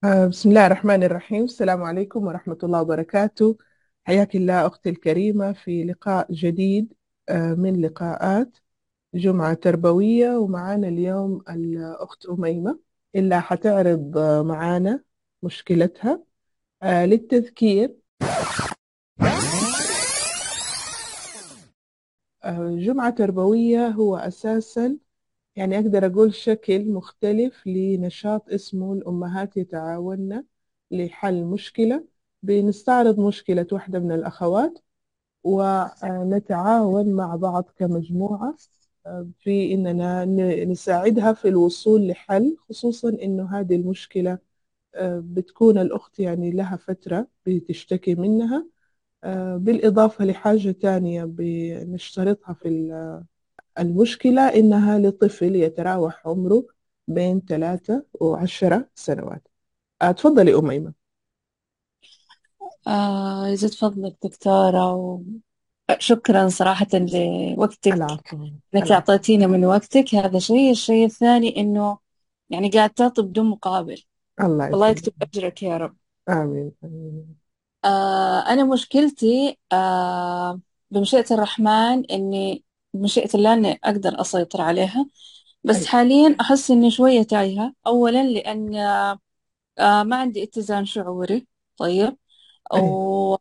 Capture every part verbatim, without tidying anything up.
آه، بسم الله الرحمن الرحيم. السلام عليكم ورحمة الله وبركاته. حياك الله أختي الكريمة في لقاء جديد آه، من لقاءات جمعة تربوية. ومعانا اليوم الأخت أميمة اللي حتعرض آه، معانا مشكلتها. آه، للتذكير، آه، جمعة تربوية هو أساسا، يعني أقدر أقول شكل مختلف لنشاط اسمه الأمهات يتعاونن لحل مشكلة. بنستعرض مشكلة واحدة من الأخوات ونتعاون مع بعض كمجموعة آه، في إننا ن- نساعدها في الوصول لحل، خصوصا إنه هذه المشكلة آه، بتكون الأخت يعني لها فترة بتشتكي منها، آه، بالإضافة لحاجة تانية بنشترطها في المشكلة، إنها لطفل يتراوح عمره بين ثلاثة وعشرة سنوات. آه، تفضلي أميمة. آه يزيد فضلك دكتورة، وشكرا صراحة لوقتك، العفو. إنك العفو. أعطيتينا من وقتك. هذا شيء. الشيء الثاني إنه يعني قاعد تعطي بدون مقابل. الله الله يسلمك. يكتب أجرك يا رب. آمين آمين. آه أنا مشكلتي آه بمشيئة الرحمن، إني بمشيئة الله إني أقدر أسيطر عليها. بس أيوة. حاليا أحس إني شوية تايهة. أولا لأن آه ما عندي اتزان شعوري. طيب. أيوة.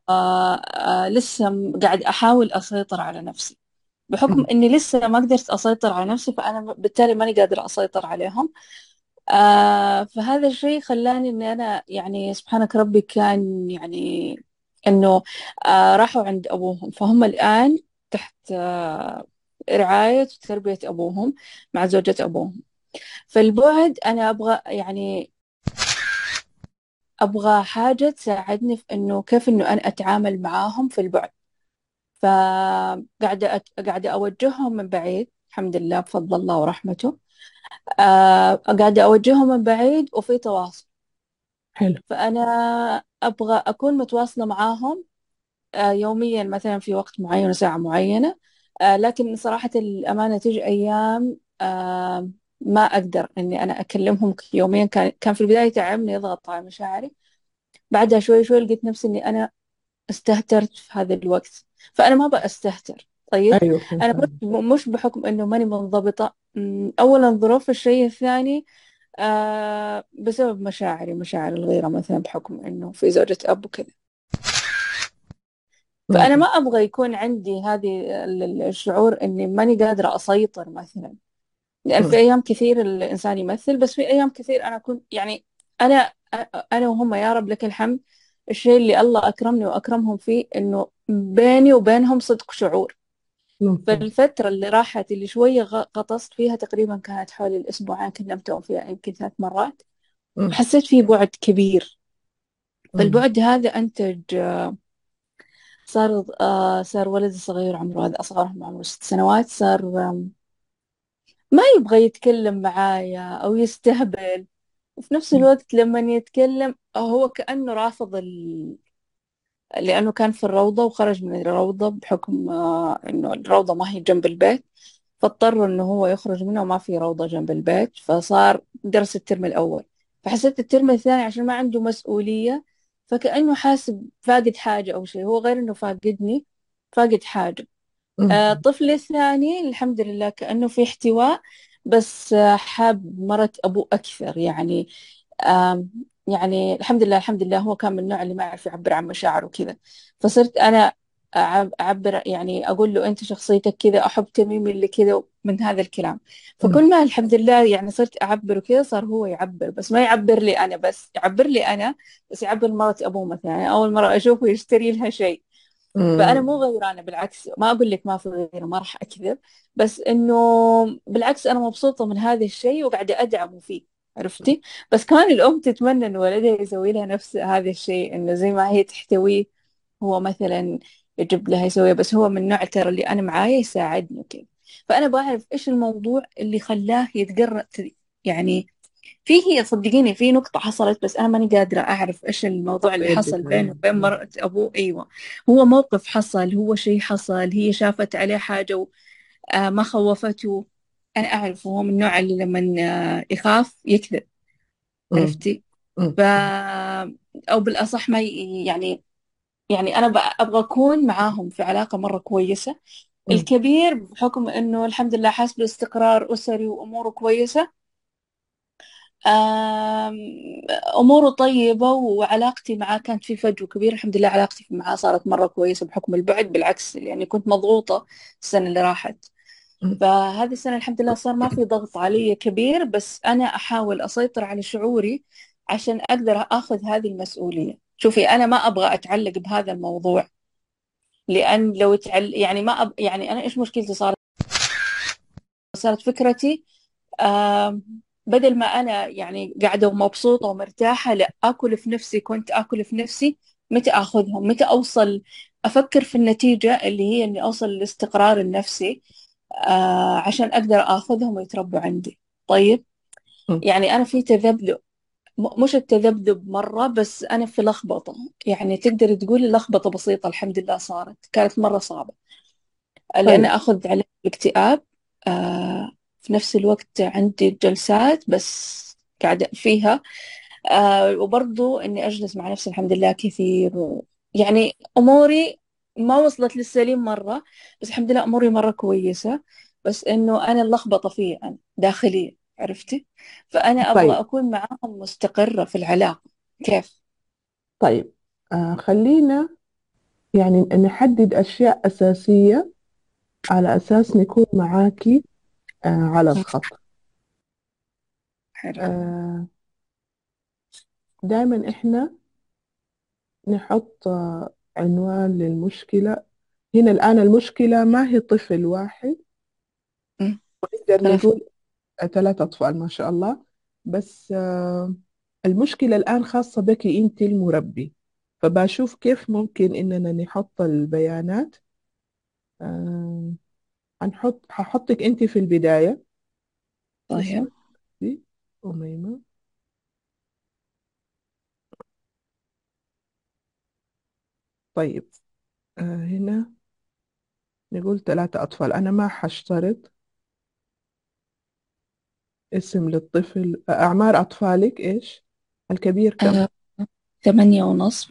ولسه قاعد أحاول أسيطر على نفسي، بحكم أمم. إني لسه ما قدرت أسيطر على نفسي، فأنا بالتالي ماني قادرة أسيطر عليهم. آه فهذا الشيء خلاني إني أنا يعني سبحانك ربي كان يعني إنه آه راحوا عند أبوهم، فهم الآن تحت آه رعاية وتربية أبوهم مع زوجة أبوهم. فالبعد أنا أبغى يعني أبغى حاجة تساعدني في إنه كيف إنه أنا أتعامل معاهم في البعد. فقاعدة أت... قاعدة أوجههم من بعيد، الحمد لله بفضل الله ورحمته. آه قاعدة أوجههم من بعيد وفي تواصل. حلو. فأنا أبغى أكون متواصلة معاهم آه يوميا، مثلا في وقت معين وساعة معينة. آه لكن صراحة الأمانة تيجي أيام آه ما أقدر إني أنا أكلمهم يوميا. كان كان في البداية تعبني، يضغط على مشاعري. بعدها شوي شوي لقيت نفسي إني أنا استهترت في هذا الوقت. فأنا ما بقى استهتر. طيب. أيوة، فهمت أنا مش عليك. مش بحكم إنه ماني منضبطة. أمم، أولا ظروف. الشيء الثاني آه بسبب مشاعري، مشاعر الغيرة مثلا، بحكم إنه في زوجة أب وكذا. فأنا أمم. ما أبغى يكون عندي هذه ال- ال- الشعور إني ماني قادرة أسيطر مثلا. لأن في أمم. أيام كثير الإنسان يمثل، بس في أيام كثير أنا كنت يعني أنا أنا وهم يا رب لك الحمد. الشيء اللي الله أكرمني وأكرمهم فيه إنه بيني وبينهم صدق شعور. ممتاز. فالفترة اللي راحت اللي شوية غ- غطست فيها تقريبا كانت حوالي الأسبوعين، كلمتهم فيها يمكن ثلاث مرات. أمم. حسيت فيه بعد كبير. أمم. فالبعد هذا أنتج صار آه صار ولدي صغير عمره، هذا أصغرهم عمره ست سنوات. صار آم، ما يبغى يتكلم معايا أو يستهبل. وفي نفس الوقت لما يتكلم هو كأنه رافض ال... لأنه كان في الروضة وخرج من الروضة بحكم آه إنه الروضة ما هي جنب البيت. فاضطر إنه هو يخرج منها وما في روضة جنب البيت، فصار درس الترم الأول. فحسيت الترم الثاني عشان ما عنده مسؤولية، فكأنه حاسب فاقد حاجة أو شيء. هو غير إنه فاقدني، فاقد حاجة. آه، أمم. الطفل الثاني الحمد لله كأنه في احتواء، بس آه، حاب مرة أبوه أكثر يعني. آم، يعني الحمد لله الحمد لله هو كان من النوع اللي ما يعرف يعبر عن مشاعره كذا. فصرت أنا أعب- أعبر، يعني أقول له أنت شخصيتك كذا، أحب تميمي اللي كذا من هذا الكلام. أمم. فكل ما الحمد لله يعني صرت أعبر كذا، صار هو يعبر، بس ما يعبر لي أنا بس، يعبر لي أنا بس، يعبر مرة أبوه مثلا. يعني أول مرة أشوفه يشتري لها شيء. فأنا أمم. مو غيرانة، بالعكس ما أقول لك ما في غيرة، ما راح أكذب. بس إنه بالعكس أنا مبسوطة من هذا الشيء وقاعدة أدعمه فيه. عرفتي؟ بس كمان الأم تتمنى إن ولدها يسوي لها نفس هذا الشيء، إنه زي ما هي تحتويه هو مثلا يجيب لها يسويه. بس هو من النوع ترى اللي أنا معايا يساعدني كذا. فأنا بعرف إيش الموضوع اللي خلاه يتقرأ يعني. فيه صدقيني في نقطة حصلت، بس أنا ماني قادرة أعرف إيش الموضوع اللي بيدك حصل بينه عليه. وبين أمم. مرأة أبوه. أيوة. هو موقف حصل، هو شيء حصل، هي شافت عليه حاجة و... آه ما خوفته. أنا أعرف هو من النوع اللي لما آه يخاف يكذب. أمم. عرفتي؟ مم. ف أو بالأصح ما ي- يعني يعني أنا ب- أبغى أكون معاهم في علاقة مرة كويسة. مم. الكبير بحكم إنه الحمد لله حاسس باستقرار أسري وأموره كويسة. آم، أموره طيبة وعلاقتي معاه كانت في فجوة كبير. الحمد لله علاقتي معاه صارت مرة كويسة بحكم البعد، بالعكس يعني كنت مضغوطة السنة اللي راحت. مم. فهذه السنة الحمد لله صار ما في ضغط علي كبير، بس أنا أحاول أسيطر على شعوري عشان أقدر أخذ هذه المسؤولية. شوفي أنا ما أبغى أتعلق بهذا الموضوع، لأن لو تعل يعني ما أب... يعني أنا إيش مشكلتي صارت؟ صارت فكرتي آم، بدل ما أنا يعني قاعدة ومبسوطة ومرتاحة، لا أكل في نفسي، كنت أكل في نفسي. متى أخذهم؟ متى أوصل أفكر في النتيجة اللي هي إني أوصل للاستقرار النفسي آه عشان أقدر أخذهم ويتربوا عندي. طيب، مم. يعني أنا في تذبذب، م- مش التذبذب مرة، بس أنا في لخبطة. يعني تقدر تقولي لخبطة بسيطة. الحمد لله صارت كانت مرة صعبة لأن طيب. أخذ عليه الاكتئاب. آه في نفس الوقت عندي جلسات بس قاعدة فيها. آه وبرضو إني أجلس مع نفسي الحمد لله كثير و... يعني أموري ما وصلت للسليم مرة، بس الحمد لله أموري مرة كويسة. بس إنه أنا اللخبطة فيه أنا داخليا، عرفتي؟ فأنا أبغى طيب. أكون معاهم مستقرة في العلاقة. كيف؟ طيب. آه خلينا يعني نحدد أشياء أساسية على أساس نكون معاكي آه على الخط. حلو. آه دائما إحنا نحط آه عنوان للمشكلة. هنا الآن المشكلة ما هي طفل واحد، أمم، نقدر ثلاثة. نقول آه، ثلاث أطفال ما شاء الله. بس آه المشكلة الآن خاصة بك أنت المربي، فبشوف كيف ممكن إننا نحط البيانات. آه هنحط هحطك أنت في البداية. طيب. اسمك دي أميمة. طيب. آه هنا نقول ثلاثة أطفال، أنا ما حشترط اسم للطفل. آه، أعمار أطفالك إيش؟ الكبير كم؟ آه ثمانية ونصف.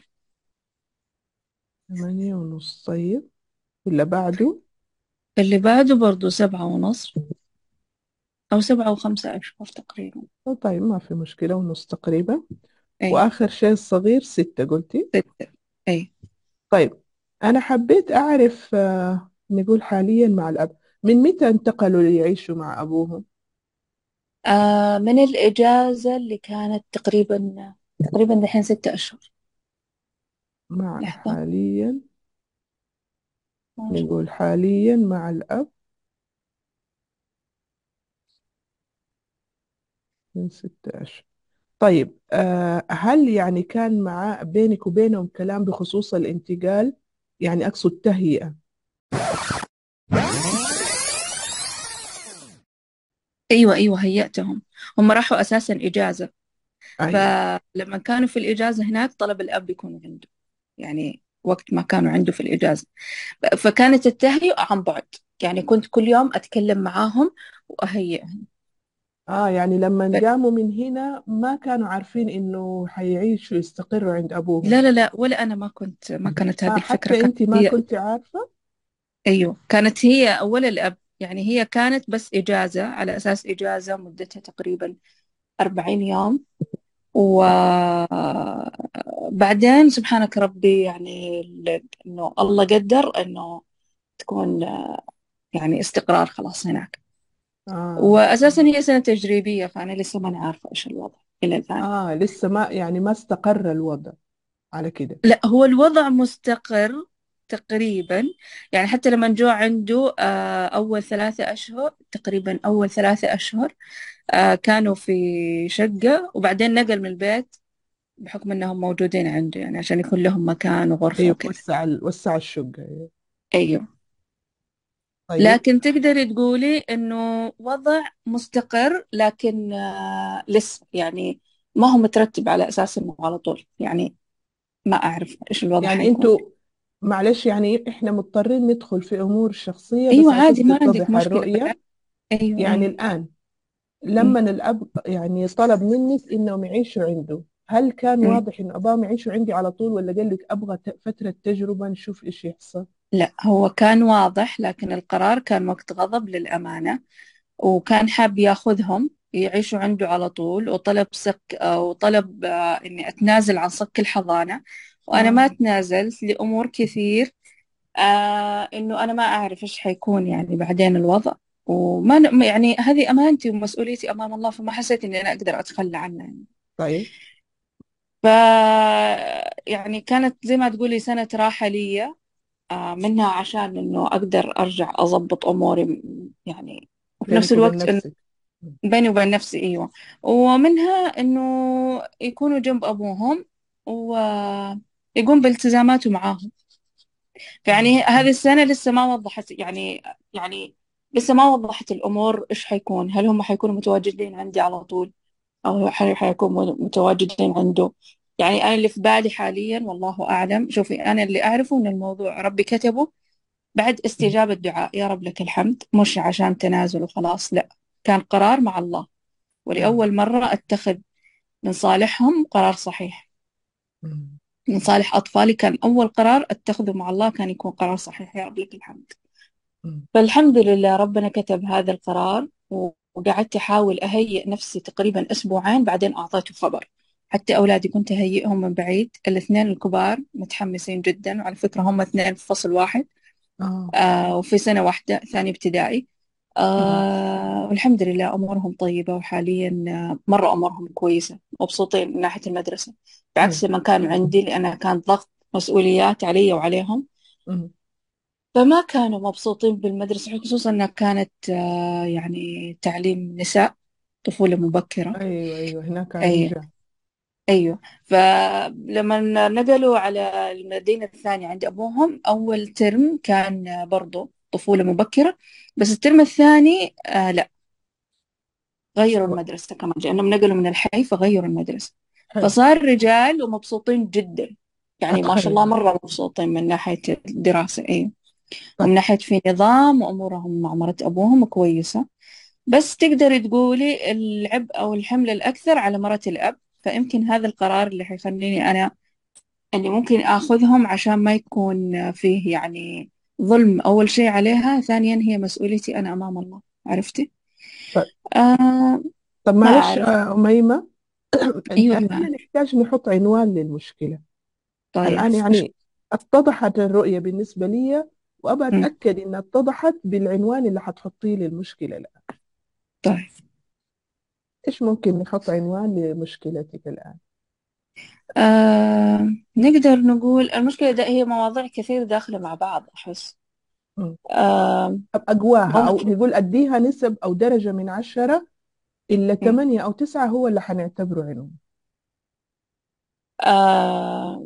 ثمانية ونص. طيب. ولا بعده؟ اللي بعده برضو سبعة ونصف أو سبعة وخمسة أشهر تقريبا. آه، طيب ما في مشكلة، ونص تقريبا. أي. وآخر شيء الصغير ستة قلتي. ستة. أي. طيب. أنا حبيت أعرف آه نقول حاليا مع الأب، من متى انتقلوا ليعيشوا مع أبوهم؟ آه من الإجازة اللي كانت تقريبا تقريبا دحين ستة أشهر. مع لحظة. حاليا، ماشي. نقول حاليا مع الأب من ستة أشهر. طيب. آه هل يعني كان مع بينك وبينهم كلام بخصوص الانتقال؟ يعني أقصد تهيئة. أيوة أيوة هيأتهم. هم راحوا أساسا إجازة، أيوة. فلما كانوا في الإجازة هناك طلب الأب يكون عنده، يعني وقت ما كانوا عنده في الإجازة. فكانت التهيئة عن بعد، يعني كنت كل يوم أتكلم معاهم وأهيئهم. آه يعني لما قاموا من هنا ما كانوا عارفين إنه حيعيشوا يستقروا عند أبوهم؟ لا لا لا، ولا أنا ما كنت ما كانت آه هذه الفكرة. حتى كانت أنت ما هي، كنت عارفة؟ أيوه كانت هي ولا الأب، يعني هي كانت بس إجازة على أساس إجازة مدتها تقريبا أربعين يوم. وبعدين سبحانك ربي يعني ال- إنه الله قدر إنه تكون يعني استقرار خلاص هناك. آه. وأساسا هي سنة تجريبية، فأنا لسه ما عارفة إيش الوضع إلى الآن. آه لسه ما يعني ما استقر الوضع على كده. لا هو الوضع مستقر تقريبا. يعني حتى لما جو عنده آه، أول ثلاثة أشهر تقريبا، أول ثلاثة أشهر آه، كانوا في شقة، وبعدين نقل من البيت بحكم أنهم موجودين عنده، يعني عشان يكون لهم مكان وغرفة أيوة، وكذا. وسع ال- وسع الشقة. أيوة. أيوه. طيب. لكن تقدري تقولي إنه وضع مستقر، لكن آه، لسه يعني ما هو مترتب على أساس إنه على طول، يعني ما أعرف إيش الوضع يعني حيكون. أنتوا، معلش يعني إحنا مضطرين ندخل في أمور شخصية بس أيوه عشان عادي ما عندك تتضح مشكلة الرؤية. بالعكس. أيوه يعني أيوه. الآن أمم. لما الأب يعني طلب منك إنهم يعيشوا عنده، هل كان مم. واضح إنه أباهم يعيشوا عندي على طول، ولا قال لك أبغى ت- فترة تجربة نشوف إيش يحصل؟ لا، هو كان واضح، لكن القرار كان وقت غضب للأمانة، وكان حاب ياخذهم يعيشوا عنده على طول، وطلب صك وطلب آه، إني أتنازل عن صك الحضانة. وأنا ما آه. تنازلت لأمور كثير. آه إنه أنا ما أعرف إيش حيكون يعني بعدين الوضع، وما ن- يعني هذه أمانتي ومسؤوليتي أمام الله، فما حسيت إني أنا أقدر أتخلى عنها يعني. طيب. ف يعني كانت زي ما تقولي سنة راحة لي، آه منها عشان إنه أقدر أرجع أضبط أموري م- يعني، وفي نفس بينك وبين الوقت إنه نفسك. بيني وبين نفسي. أيوة. ومنها إنه يكونوا جنب أبوهم ويقوم بالتزاماته معاهم. آه. يعني هذه السنة لسه ما وضحت يعني يعني لسه ما وضحت الأمور إيش حيكون. هل هم حيكونوا متواجدين عندي على طول، أو حي- حيكونوا متواجدين عنده؟ يعني أنا اللي في بالي حاليا والله أعلم. شوفي، أنا اللي أعرفه من الموضوع ربي كتبه بعد استجابة دعاء، يا رب لك الحمد، مش عشان تنازل وخلاص، لا، كان قرار مع الله، نعم. ولأول مرة أتخذ من صالحهم قرار صحيح. مم. من صالح أطفالي كان أول قرار أتخذه مع الله، كان يكون قرار صحيح، يا رب لك الحمد. مم. فالحمد لله ربنا كتب هذا القرار، و- وقعدت أحاول أهيئ نفسي تقريبا أسبوعين، بعدين أعطيته خبر. حتى أولادي كنت أهيئهم من بعيد، الاثنين الكبار متحمسين جدا، وعلى فكرة هم اثنين في فصل واحد، آه. آه وفي سنة واحدة ثاني ابتدائي. مم. آه والحمد لله أمورهم طيبة، وحاليا آه مرة أمورهم كويسة، مبسوطين من ناحية المدرسة، مم. بعكس ما كانوا عندي، لأنها كانت ضغط مسؤوليات علي وعليهم. مم. فما كانوا مبسوطين بالمدرسة، خصوصا أنها كانت آه، يعني تعليم نساء، طفولة مبكرة. أيوه أيوه، هناك أي، رجال. أيوه. فلما نقلوا على المدينة الثانية عند أبوهم، أول ترم كان برضو طفولة مبكرة، بس الترم الثاني آه لا، غيروا و- المدرسة كمان، لأنهم نقلوا من الحي فغيروا المدرسة. حلو. فصار رجال ومبسوطين جدا، يعني ما شاء الله أتخرج. مرة مبسوطين من ناحية الدراسة. أيوه. طيب. ومن ناحية في نظام، وأمورهم مع مرات أبوهم كويسة. بس تقدري تقولي العبء أو الحمل الأكثر على مرة الأب. فيمكن هذا القرار اللي حيخليني أنا اللي ممكن آخذهم، عشان ما يكون فيه يعني ظلم أول شيء عليها، ثانيا هي مسؤوليتي أنا أمام الله. عرفتي؟ طيب. آه طب ما معلش أعرف. آه، أميمة. أيوة الآن معك. نحتاج نحط عنوان للمشكلة. طيب. الآن يعني اتضحت الرؤية بالنسبة لي، وأبى مم. أتأكد إنها اتضحت بالعنوان اللي حتحطيه للمشكلة. لا، طيب. إيش ممكن نحط عنوان لمشكلتك الآن؟ آه نقدر نقول المشكلة ده هي مواضيع كثير داخلة مع بعض أحس. مم. آه أب- أقواها، أو ممكن. نقول أديها نسب أو درجة من عشرة، إلا مم. ثمانية أو تسعة هو اللي حنعتبره عنوان. آه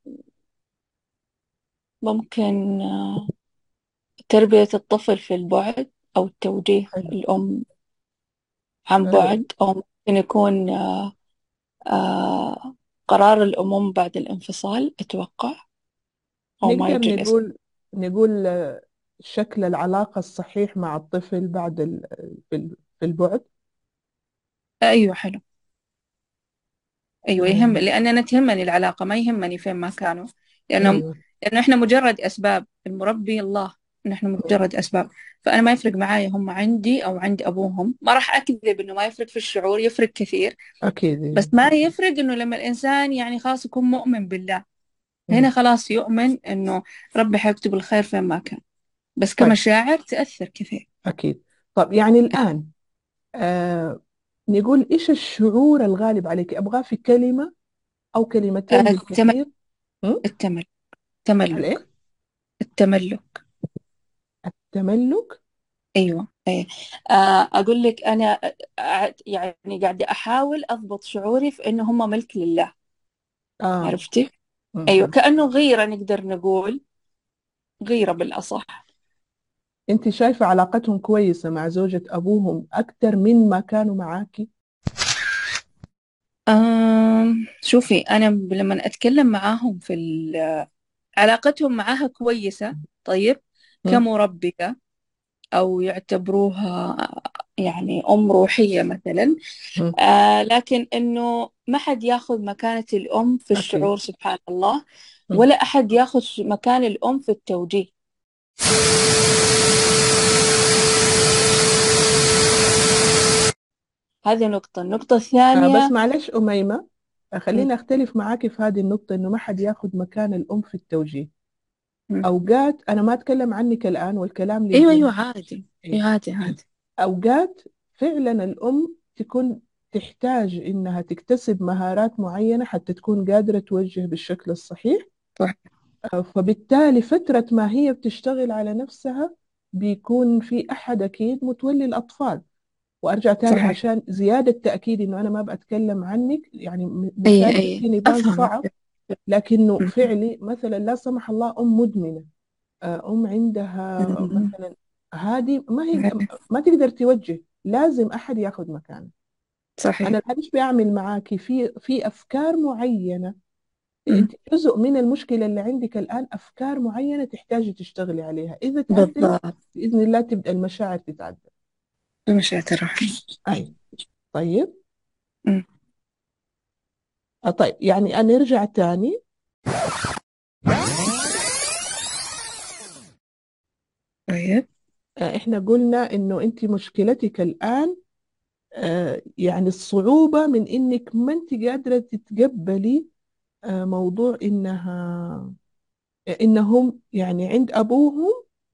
ممكن آه تربية الطفل في البعد، أو توجيه حلو. الأم عن حلو. بعد، أو ممكن يكون آه آه قرار الأمومة بعد الانفصال أتوقع، أو ما نقدر يجي الاسم. نقول نقول آه، شكل العلاقة الصحيح مع الطفل بعد ال... في ال- في البعد. أيوة حلو. أيوة يهم، مم. لأن أنا تهمني العلاقة، ما يهمني فين ما كانوا. لأنهم أيوه. لأنه إحنا مجرد أسباب، المربي الله، نحن مم. مجرد أسباب. فأنا ما يفرق معايا هم عندي أو عند أبوهم. ما راح أكذب إنه ما يفرق في الشعور، يفرق كثير. أكيد. بس ما يفرق إنه لما الإنسان يعني خلاص يكون مؤمن بالله، هنا مم. خلاص يؤمن إنه ربي حيكتب الخير فين ما كان. بس طيب. كمشاعر تأثر كثير. أكيد. طب يعني الآن آه نقول إيش الشعور الغالب عليك؟ أبغاه في كلمة أو آه، كلمتين التم- بالكثير. مم؟ التملك. تملك. الإيه؟ التملك. التملك. أيوة أي. آه، أقول لك أنا آه، يعني قاعدة أحاول أضبط شعوري في إنه هم ملك لله. آه. عرفتي؟ أيوة، مم. كأنه غيرة، نقدر نقول غيرة بالأصح. أنت شايفة علاقتهم كويسة مع زوجة أبوهم أكثر من ما كانوا معاكي؟ آم شوفي، أنا لما أتكلم معاهم في ال- علاقتهم معاها كويسة. طيب. مم. كمربية، أو يعتبروها يعني أم روحية مثلا. مم. آه لكن إنه ما حد ياخذ مكانة الأم في أكيد. الشعور، سبحان الله، مم. ولا أحد ياخذ مكان الأم في التوجيه. هذه نقطة. النقطة آه بس الثانية. معلش أميمة، آه، م- خليني أختلف معاك في هذه النقطة، إنه ما حد ياخذ مكان الأم في التوجيه. م. أوقات أنا ما أتكلم عنك الآن، والكلام أيوة للجميع. أيوة عادي، إيه. أيوة عادي عادي. أوقات فعلا الأم تكون تحتاج إنها تكتسب مهارات معينة حتى تكون قادرة توجه بالشكل الصحيح. صح. آه، فبالتالي فترة ما هي بتشتغل على نفسها بيكون في أحد أكيد متولي الأطفال. وأرجع تاني صحيح. عشان زيادة تأكيد إنه أنا ما بتكلم عنك، يعني م- أي مثال أي ممكن يبان أفهمك. صعب، لكنه م- فعلي. مثلا لا سمح الله أم مدمنة، آه، أم عندها م- مثلا، هذه ما هي صحيح. ما تقدر توجه، لازم أحد ياخذ مكانها. صحيح. أنا ليش بعمل معاكي في في أفكار معينة؟ م. أنت جزء من المشكلة اللي عندك الآن، أفكار معينة تحتاجي تشتغلي عليها، إذا تعدلت بالضبط. بإذن الله تبدأ المشاعر تتعدل. بمشيئة الرحمن. أي. طيب. م. آه، طيب يعني نرجع تاني. طيب. آه، إحنا قلنا إنه أنت مشكلتك الآن، آه، يعني الصعوبة من إنك ما أنت قادرة تتقبلي آه، موضوع إنها إنهم يعني عند أبوهم،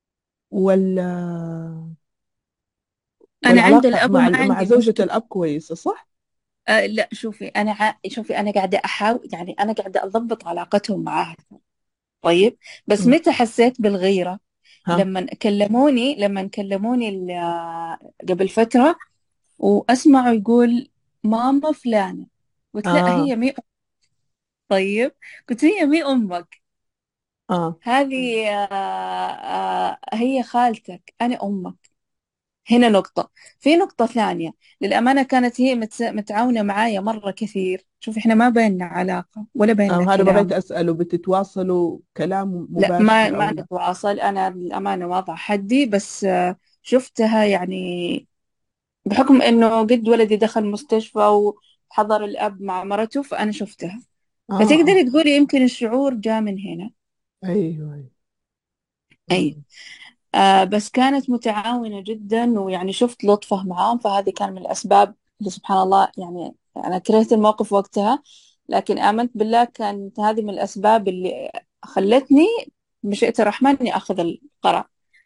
ولا أنا عند والعلاقة الأب مع وما مع عندي زوجة مشكلة. الأب كويسة، صح؟ أه لا، شوفي أنا ع... شوفي أنا قاعدة أحاول، يعني أنا قاعدة أضبط علاقتهم معاها. طيب. بس مم. متى حسيت بالغيرة؟ ها. لما كلموني لما كلموني ال- قبل فترة، وأسمعه يقول ماما فلانة. قلت لا، آه. هي مي. طيب. قلت هي مي أمك. آه. هذه آه آه هي خالتك، أنا أمك. هنا نقطة. في نقطة ثانية. للأمانة كانت هي متس- متعاونة معايا مرة كثير. شوف إحنا ما بيننا علاقة ولا بيننا آه هذا بغيت كلام. أسأله، بتتواصلوا كلام لا، ما مباشر ما أو لا؟ نتواصل. أنا للأمانة واضحة حدي، بس آه، شفتها يعني بحكم إنه قد ولدي دخل مستشفى وحضر الأب مع مرته، فأنا شفتها. آه. آه. فتقدري تقولي يمكن الشعور جاء من هنا. أيوه أيوه. أي. مم. آه بس كانت متعاونة جدا، ويعني شفت لطفه معاهم، فهذه كان من الأسباب اللي سبحان الله يعني أنا كرهت الموقف وقتها، لكن آمنت بالله كانت هذه من الأسباب اللي خلتني بمشيئة الرحمن إني أخذ القرار.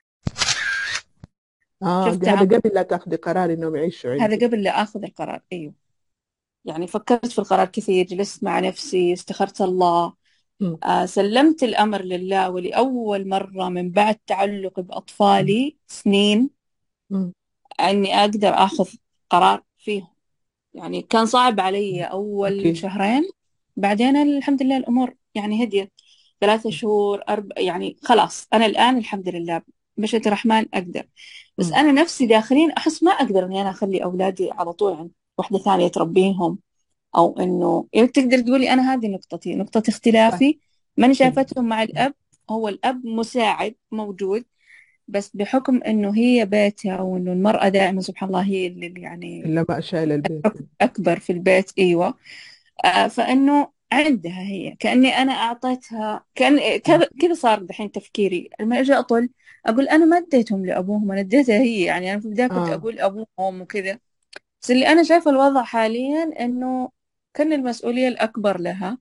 آه شفت دي هذا تعامل. قبل لا تاخدي قرار إنهم يعيشوا هذا عندك. قبل لا أخذ القرار، أيوه. يعني فكرت في القرار كثير، جلست مع نفسي، استخرت الله. مم. آه سلمت الأمر لله، ولأول مرة من بعد تعلقي بأطفالي سنين مم. أني أقدر أخذ قرار فيهم. يعني كان صعب علي أول أكيد. شهرين. بعدين الحمد لله الأمور يعني هديت. ثلاثة شهور أربع، يعني خلاص أنا الآن الحمد لله بمشيئة الرحمن أقدر. بس مم. أنا نفسي داخلين أحس ما أقدر إني أنا أخلي أولادي على طول عند واحدة ثانية تربيهم، أو إنه يعني تقدر تقولي أنا هذه نقطتي، نقطة صح. اختلافي. ماني إيه. شايفتهم مع الأب. هو الأب مساعد موجود، بس بحكم إنه هي بيتها، وإنه المرأة دائما سبحان الله هي اللي يعني إلا ما شايل البيت. أكبر في البيت. أيوة. آه فإنه عندها هي كأني أنا أعطيتها، كأن مم. كذا كذا صار دحين تفكيري لما أجي أطل، أقول أنا ما اديتهم لأبوهم، أنا اديتها هي. يعني أنا في البداية كنت آه. أقول أبوهم وكذا. بس اللي أنا شايفة الوضع حاليا إنه كان المسؤولية الأكبر لها.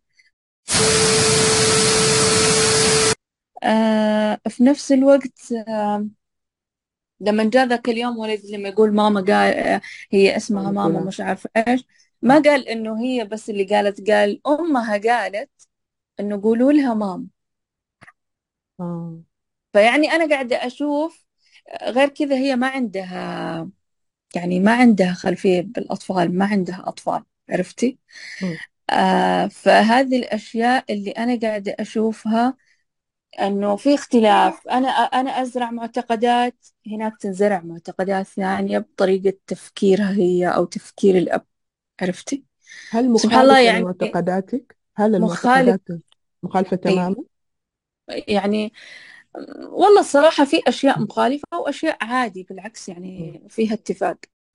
آه في نفس الوقت آه لما جاء ذاك اليوم ولد لما يقول ماما قال آه هي اسمها ماما ماما فلان. مش عارفة إيش، ما قال إنه هي بس اللي قالت، قال أمها قالت إنه قولوا لها ماما. آه. فيعني أنا قاعدة أشوف غير كذا هي ما عندها، يعني ما عندها خلفية بالأطفال، ما عندها أطفال. عرفتي؟ مم. آه فهذه الأشياء اللي أنا قاعدة أشوفها، أنه في اختلاف. أنا أنا أزرع معتقدات، هناك تنزرع معتقدات ثانية بطريقة تفكيرها هي أو تفكير الأب. عرفتي؟ هل سبحان الله مخالفة يعني. لمعتقداتك؟ هل مخالف. المعتقدات مخالفة أي. تماما؟ يعني والله الصراحة في أشياء مخالفة وأشياء عادي بالعكس، مم. يعني فيها اتفاق.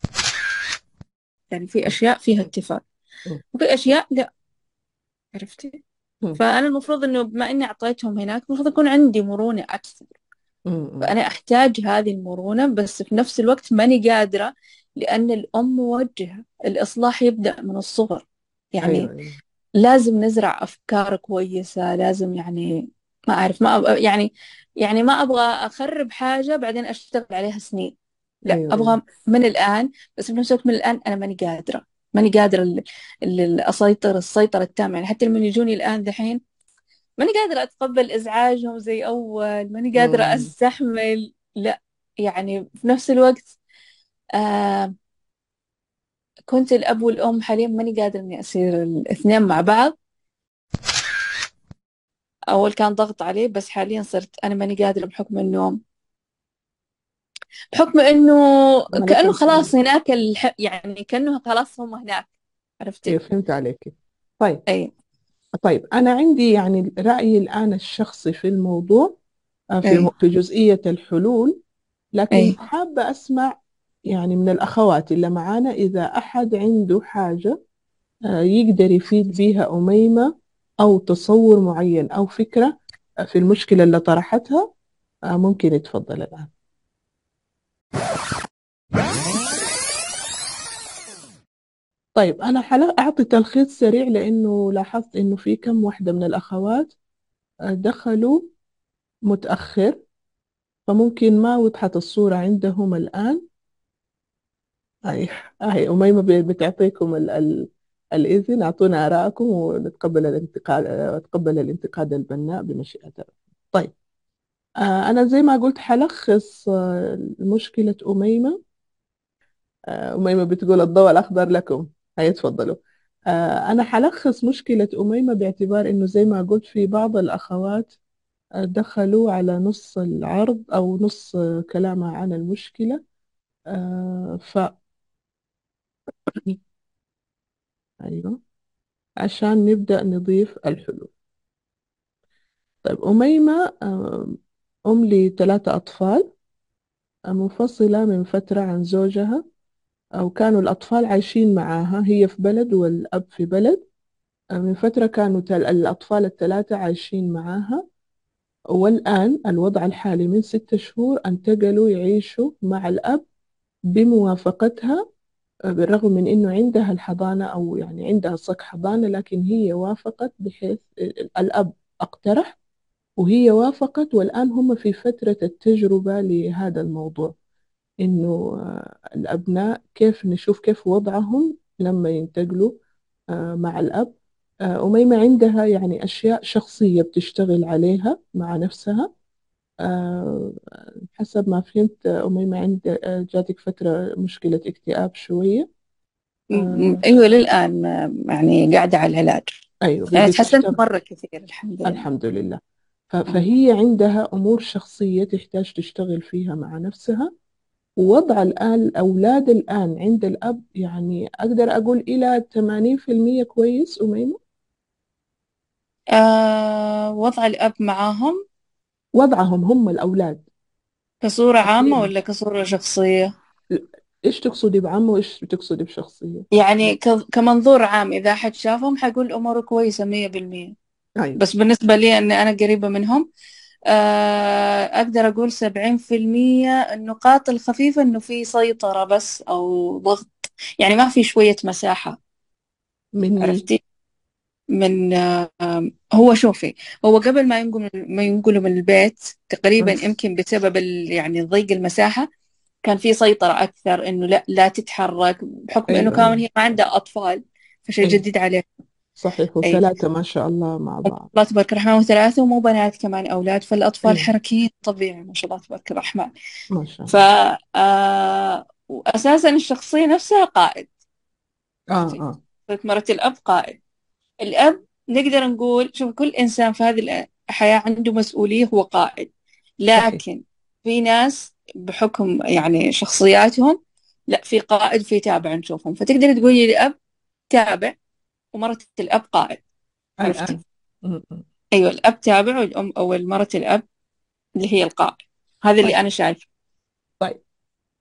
يعني في أشياء فيها اتفاق مم. وفي أشياء لا. عرفتي؟ مم. فأنا المفروض إنه بما إني أعطيتهم هناك المفروض يكون عندي مرونة أكثر. مم. فأنا أحتاج هذه المرونة، بس في نفس الوقت ماني قادرة، لأن الأم موجهة. الإصلاح يبدأ من الصغر، ايوه يعني ايوه. لازم نزرع أفكار كويسة. لازم يعني ما أعرف، ما أبغى يعني يعني ما أبغى أخرب حاجة بعدين أشتغل عليها سنين. لا، ايوه ايوه. أبغى من الآن. بس في نفس الوقت من الآن أنا ماني قادرة، ماني قادرة ال- ال- أسيطر السيطرة التامة. يعني حتى لما يجوني الآن دحين ماني قادرة أتقبل إزعاجهم زي أول، ماني قادرة مم. أستحمل. لا، يعني في نفس الوقت آه كنت الأب والأم، حاليا ماني قادرة إني أصير الاثنين مع بعض. أول كان ضغط عليه، بس حاليا صرت أنا ماني قادرة، بحكم إنه بحكم إنه كأنه عليكم خلاص السلام. هناك الح... يعني كأنه خلاص هم هناك. ايوه عرفتي؟ فهمت عليك. طيب. أي. طيب أنا عندي يعني رأيي الآن الشخصي في الموضوع، آه، في أي. الم- في جزئية الحلول، لكن أي. حابة أسمع يعني من الأخوات اللي معانا إذا أحد عنده حاجة آه، يقدر يفيد بيها أميمة، أو تصور معين أو فكرة آه، في المشكلة اللي طرحتها، آه، ممكن يتفضل الآن. طيب أنا حلا أعطي تلخيص سريع، لأنه لاحظت إنه في كم واحدة من الأخوات آه، دخلوا متأخر، فممكن ما وضحت الصورة عندهم الآن. هاي هاي أميمة ب- بتعطيكم ال ال الإذن، أعطونا آراءكم ونتقبل الانتقاد، أتقبل الانتقاد البناء بمشيئة الله. طيب. آه أنا زي ما قلت حلخص آه مشكلة أميمة. آه أميمة بتقول الضوء الأخضر لكم، هيا تفضلوا. آه أنا حلخص مشكلة أميمة باعتبار إنه زي ما قلت في بعض الأخوات آه، دخلوا على نص العرض أو نص آه، كلامها عن المشكلة. آه ف أيوه، عشان نبدأ نضيف الحلول. طيب أميمة آم، أم لثلاثة أطفال، آه، منفصلة من فترة عن زوجها، أو كانوا الأطفال عايشين معاها، هي في بلد والأب في بلد. آه، من فترة كانوا تل- الأطفال الثلاثة عايشين معاها، والآن الوضع الحالي من ستة شهور انتقلوا يعيشوا مع الأب بموافقتها. آه، بالرغم من إنه عندها الحضانة أو يعني عندها صك حضانة، لكن هي وافقت، بحيث الأب اقترح وهي وافقت، والآن هم في فترة التجربة لهذا الموضوع، إنه آه، الأبناء كيف نشوف كيف وضعهم لما ينتقلوا آه، مع الأب. آه، أميمة عندها يعني أشياء شخصية بتشتغل عليها مع نفسها. آه، حسب ما فهمت آه، أميمة عند آه، جاتك فترة مشكلة اكتئاب شوية. م- م- آه، أيوة، للآن آه، يعني قاعدة على العلاج. أيوة يعني تحسنت بتشتغل. مرة كثير الحمد لله. الحمد لله. ف- م. فهي عندها أمور شخصية تحتاج تشتغل فيها مع نفسها. ووضع الآن الأولاد الآن عند الأب يعني أقدر أقول إلى ثمانين في المية كويس أميمة. آه وضع الأب معاهم وضعهم هم الأولاد كصورة عامة تقريبا. ولا كصورة شخصية؟ إيش تقصدي بعمه وإيش تقصدي بشخصية؟ يعني ك- كمنظور عام، إذا حد شافهم حيقول أموره كويسة مية بالمية. أيوة. بس بالنسبة لي أني أنا قريبة منهم، آه، أقدر أقول سبعين في المية النقاط الخفيفة إنه في سيطرة بس أو ضغط. يعني ما في شوية مساحة. مني. عرفتي؟ من آه، آم، هو شوفي، هو قبل ما ينقل ما ينقلوا من البيت تقريبا، أه. يمكن بسبب ال- يعني ضيق المساحة، كان في سيطرة أكثر، إنه لا لا تتحرك، بحكم إنه أيوة كمان أيوة. هي ما عندها أطفال، فشيء أيوة جديد عليه. صحيح، أي. وثلاثة ما شاء الله مع بعض. الله تبارك الرحمن، وثلاثة ومو بنات كمان أولاد، فالأطفال أيوة حركيين طبيعي ما شاء الله تبارك الرحمن. ما شاء ف الله. آه، وأساسا الشخصية نفسها قائد. آه عرفتي؟ آه. صرت مرة الأب قائد. الأب نقدر نقول، شوف، كل إنسان في هذه الحياة عنده مسؤولية، هو قائد. صحيح. لكن في ناس بحكم يعني شخصياتهم، لا، في قائد في تابع نشوفهم، فتقدر تقولي الأب تابع ومرة الأب قائد. عرفتي؟ الآن. م- م. أيوة، الأب تابع والأم أو مرة الأب اللي هي القائد. هذا اللي طيب. أنا شايفه. طيب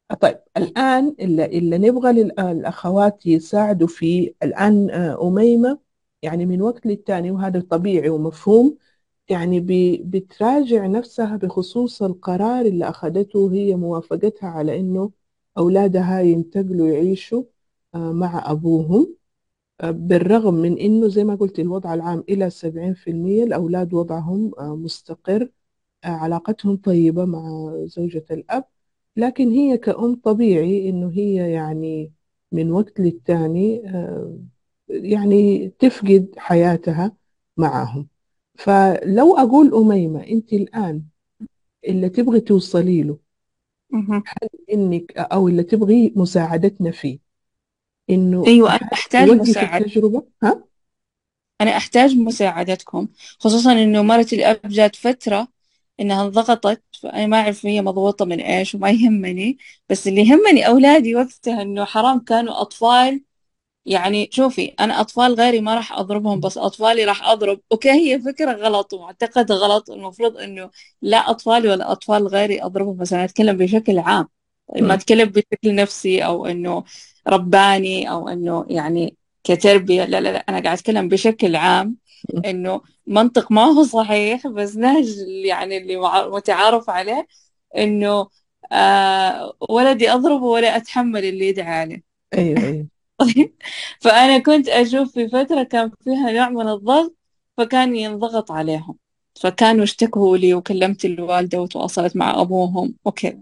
طيب الآن اللي, اللي نبغى لل- الأخوات يساعدوا فيه الآن، آه، أميمة يعني من وقت للتاني، وهذا طبيعي ومفهوم، يعني بي- بتراجع نفسها بخصوص القرار اللي أخذته هي، موافقتها على إنه أولادها ينتقلوا يعيشوا آه، مع أبوهم، آه، بالرغم من إنه زي ما قلت الوضع العام إلى سبعين في المية الأولاد وضعهم آه، مستقر، آه، علاقتهم طيبة مع زوجة الأب، لكن هي كأم طبيعي إنه هي يعني من وقت للتاني آه، يعني تفقد حياتها معهم. فلو أقول أميمة أنت الآن اللي تبغي توصلي له، مهم. إنك أو اللي تبغي مساعدتنا فيه، إنه أيوة، أنا هل أحتاج يوقف مساعدة. التجربة؟ ها؟ أنا أحتاج مساعدتكم، خصوصا إنه مرت الأب جات فترة إنها انضغطت، فأنا ما أعرف هي مضغوطة من إيش وما يهمني. بس اللي يهمني أولادي وقتها، إنه حرام كانوا أطفال. يعني شوفي، أنا أطفال غيري ما راح أضربهم، بس أطفالي راح أضرب. أوكي، هي فكرة غلط ومعتقد غلط. المفروض إنه لا أطفالي ولا أطفال غيري أضربهم، بس أنا أتكلم بشكل عام. طيب، ما مم. أتكلم بشكل نفسي أو إنه رباني أو إنه يعني كتربية. لا لا لا، أنا قاعد أتكلم بشكل عام. مم. إنه منطق ما هو صحيح، بس نهج يعني اللي مع- متعارف عليه. إنه آه ولدي أضربه ولا أتحمل اللي يدعي عليه. أيوه أيوه. طيب. فأنا كنت أشوف في فترة كان فيها نوع من الضغط، فكان ينضغط عليهم، فكانوا اشتكوا لي وكلمت الوالدة وتواصلت مع أبوهم وكذا.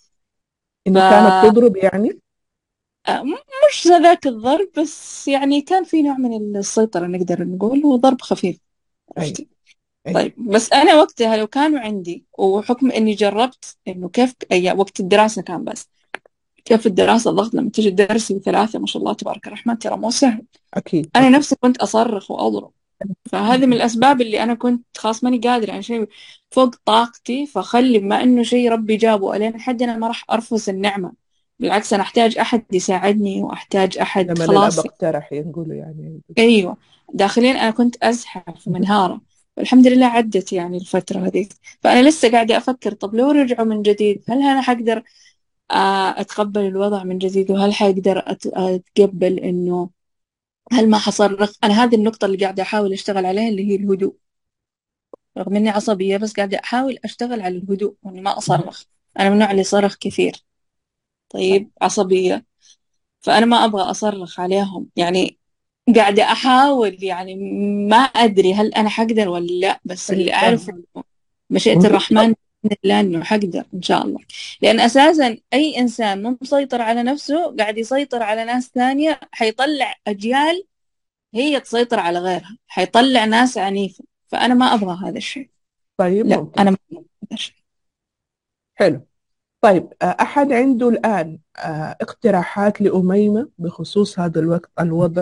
ف إنه كانت تضرب يعني. آه، م- مش ذاك الضرب، بس يعني كان في نوع من السيطرة نقدر نقول، وضرب خفيف. أيوه عرفتي؟ أيوه. طيب، بس أنا وقتها لو كانوا عندي، وحكم إني جربت إنه كيف أي وقت الدراسة كان، بس كيف الدراسة ضغط لما تجي تدرسي ثلاثة، ما شاء الله تبارك الرحمن، ترى مو سهل. أكيد أنا أكيد. نفسي كنت أصرخ وأضرب. فهذه من الأسباب اللي أنا كنت خلاص ماني قادرة، يعني شيء فوق طاقتي، فخلي بما إنه شيء ربي جابه ألين حد، أنا ما راح أرفض النعمة. بالعكس، أنا أحتاج أحد يساعدني، وأحتاج أحد لما الأب خلاص. اقترح يقولوا يعني. أيوة، داخليا أنا كنت أزحف ومنهارة. والحمد لله عدت يعني الفترة هذيك. فأنا لسه قاعدة أفكر، طب لو رجعوا من جديد، هل أنا حقدر آه، أتقبل الوضع من جديد؟ وهل حقدر أت- أتقبل إنه، هل ما حصرخ؟ أنا هذه النقطة اللي قاعدة أحاول أشتغل عليها، اللي هي الهدوء. رغم إني عصبية، بس قاعدة أحاول أشتغل على الهدوء وإني ما أصرخ. أنا من النوع اللي صرخ كثير. طيب، عصبية. فأنا ما أبغى أصرخ عليهم يعني. قاعدة أحاول يعني. ما أدري هل أنا حقدر ولا لا، بس أيوه اللي أعرفه فاهم. إنه مشيئة الرحمن بإذن الله إنه حقدر إن شاء الله. لأن أساسا أي إنسان مو مسيطر على نفسه قاعد يسيطر على ناس ثانية، حيطلع أجيال هي تسيطر على غيرها، حيطلع ناس عنيفة. فأنا ما أبغى هذا الشيء. طيب لا، أنا ممتاز. ما أبغى هذا الشيء. حلو. طيب آه، أحد عنده الآن آه، اقتراحات لأميمة بخصوص هذا الوقت الوضع؟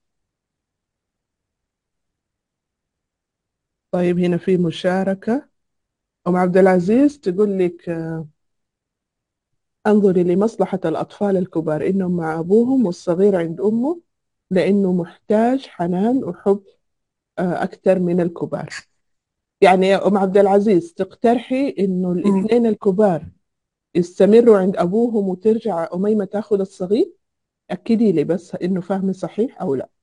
طيب هنا في مشاركة. أم عبد العزيز تقول لك آه، انظري لمصلحة الأطفال الكبار إنهم مع أبوهم، والصغير عند أمه، لأنه محتاج حنان وحب آه، أكثر من الكبار. يعني يا أم عبد العزيز تقترحي إنه مم. الاثنين الكبار يستمروا عند أبوهم وترجع أميمة تاخذ الصغير؟ أكدي لي بس إنه فهمي صحيح أو لا.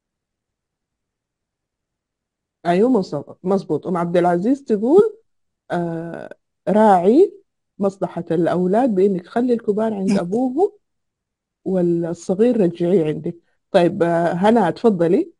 أيوه مص- مظبوط. أم عبد العزيز تقول آه راعي مصلحة الأولاد بإنك خلي الكبار عند أبوهم والصغير رجعيه عندك. طيب آه هنا تفضلي.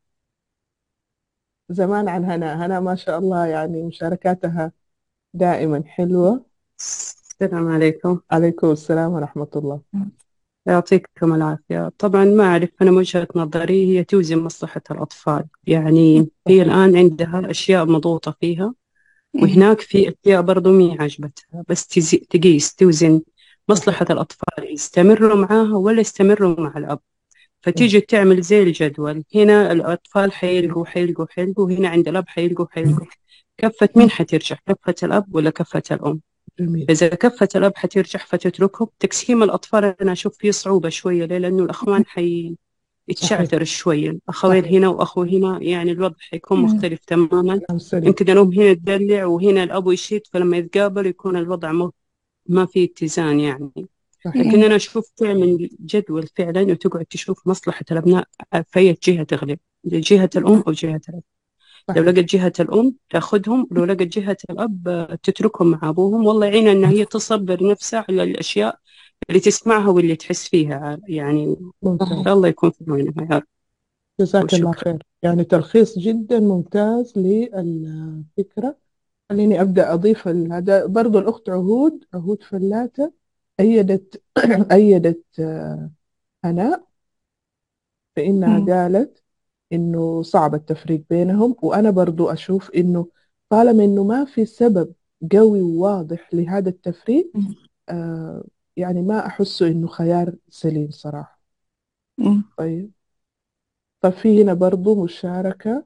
زمان عن هنا، هنا ما شاء الله يعني مشاركاتها دائما حلوة. السلام عليكم. عليكم السلام ورحمة الله. يعطيكم العافية. طبعا ما أعرف، أنا من وجهة نظري هي توزن مصلحة الأطفال. يعني هي صحيح. الآن عندها أشياء مضغوطة فيها، مم. وهناك في أشياء برضو مي عجبتها، بس تزي- تقيس توزن صحيح. مصلحة الأطفال يستمروا معاها ولا يستمروا مع الأب. مم. فتيجي تعمل زي الجدول، هنا الأطفال حيلقوا حيلقوا حيلقوا، هنا عند الأب حيلقوا حيلقوا. كفة مين حترجع، كفة الأب ولا كفة الأم؟ جميل. إذا كفة الأب حترجع فتتركهم. تقسيم الأطفال أنا أشوف فيه صعوبة شوية، ليه؟ لأنه الأخوان صحيح. حيتشعثر شوية، الأخوين صحيح. هنا وأخو هنا، يعني الوضع حيكون مم. مختلف تماما. كلام سليم. يمكن الأم هنا تدلع وهنا الأب يشيد، فلما يتقابل يكون الوضع مو- ما فيه اتزان يعني. صحيح. لكن أنا أشوف تعمل جدول فعلا وتقعد تشوف مصلحة الأبناء في أي جهة تغلب، جهة الأم أو جهة الأب. لو صحيح. لقت جهة الأم تاخذهم، ولو لقت جهة الأب آه، تتركهم مع أبوهم. والله يعينها إن هي تصبر نفسها على الأشياء اللي تسمعها واللي تحس فيها يعني. ممتاز. الله يكون في عونها يا رب. جزاك الله وشكرا. خير، يعني تلخيص جدا ممتاز للفكرة. خليني أبدأ أضيف ال- هذا برضو. الأخت عهود عهود فلاتة أيدت أيدت آه، هناء، فإنها مم. قالت إنه صعب التفريق بينهم. وأنا برضو أشوف إنه طالما إنه ما في سبب قوي وواضح لهذا التفريق، مم. آه يعني ما أحسه إنه خيار سليم صراحة. مم. طيب. طب في هنا برضو مشاركة.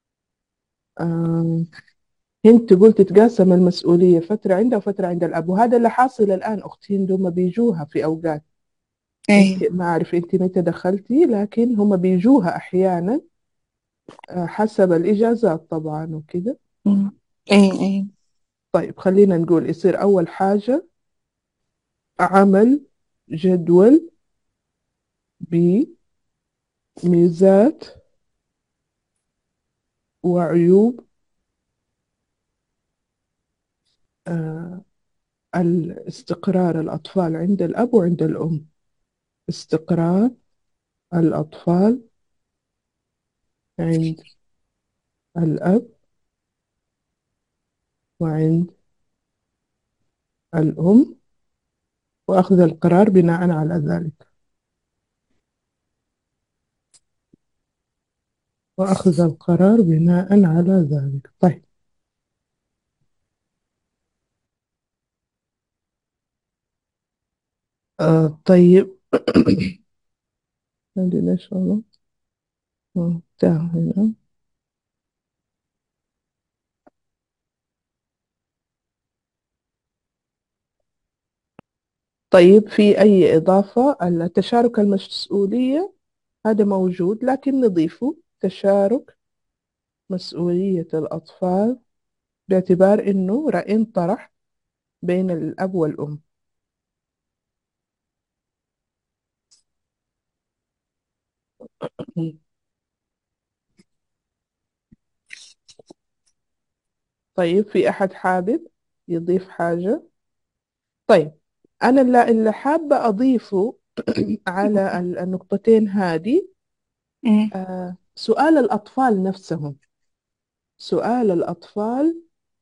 آه هند تقول تتقاسم المسؤولية، فترة عندها وفترة عند الأب، وهذا اللي حاصل الآن. أختي هند هم بيجوها في أوقات. أنت ايه. ما أعرف أنت متى دخلتي، لكن هم بيجوها أحيانا آه، حسب الإجازات طبعا وكده. مم. ايه ايه. طيب خلينا نقول يصير أول حاجة عمل جدول بميزات وعيوب آه، الاستقرار الأطفال عند الأب وعند الأم. استقرار الأطفال عند الأب وعند الأم، وأخذ القرار بناء على ذلك. وأخذ القرار بناء على ذلك. طيب. آه طيب. عندنا شغله آه، بتاع هنا. طيب في أي إضافة؟ التشارك المسؤولية هذا موجود، لكن نضيفه تشارك مسؤولية الأطفال باعتبار إنه رأين طرح بين الأب والأم. طيب في أحد حابب يضيف حاجة؟ طيب. أنا اللي اللي حابة أضيفه على ال- النقطتين هذه مم. آه، سؤال الأطفال نفسهم. سؤال الأطفال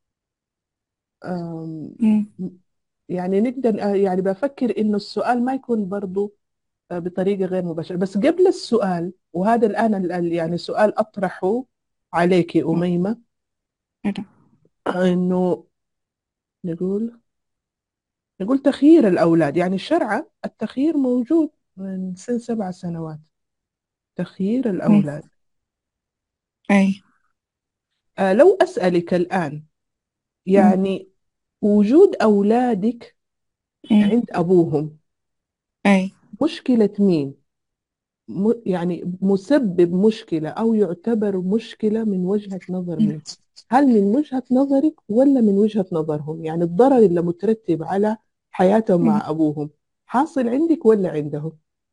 آم، مم. يعني نقدر آه، يعني بفكر إنه السؤال ما يكون برضو آه، بطريقة غير مباشرة. بس قبل السؤال، وهذا الآن ال- ال- يعني سؤال أطرحه عليك أميمة، حلو. إنه نقول نقول تخيير الأولاد. يعني شرعا التخيير موجود من سن سبع سنوات. تخيير مم. الأولاد. ايه. آه لو أسألك الآن، مم. يعني وجود أولادك مم. عند أبوهم ايه. مشكلة مين؟ م يعني مسبب مشكلة أو يعتبر مشكلة من وجهة نظر مم. مين؟ هل من وجهة نظرك ولا من وجهة نظرهم؟ يعني الضرر اللي مترتب على حياتهم مم. مع أبوهم حاصل عندك ولا عندهم؟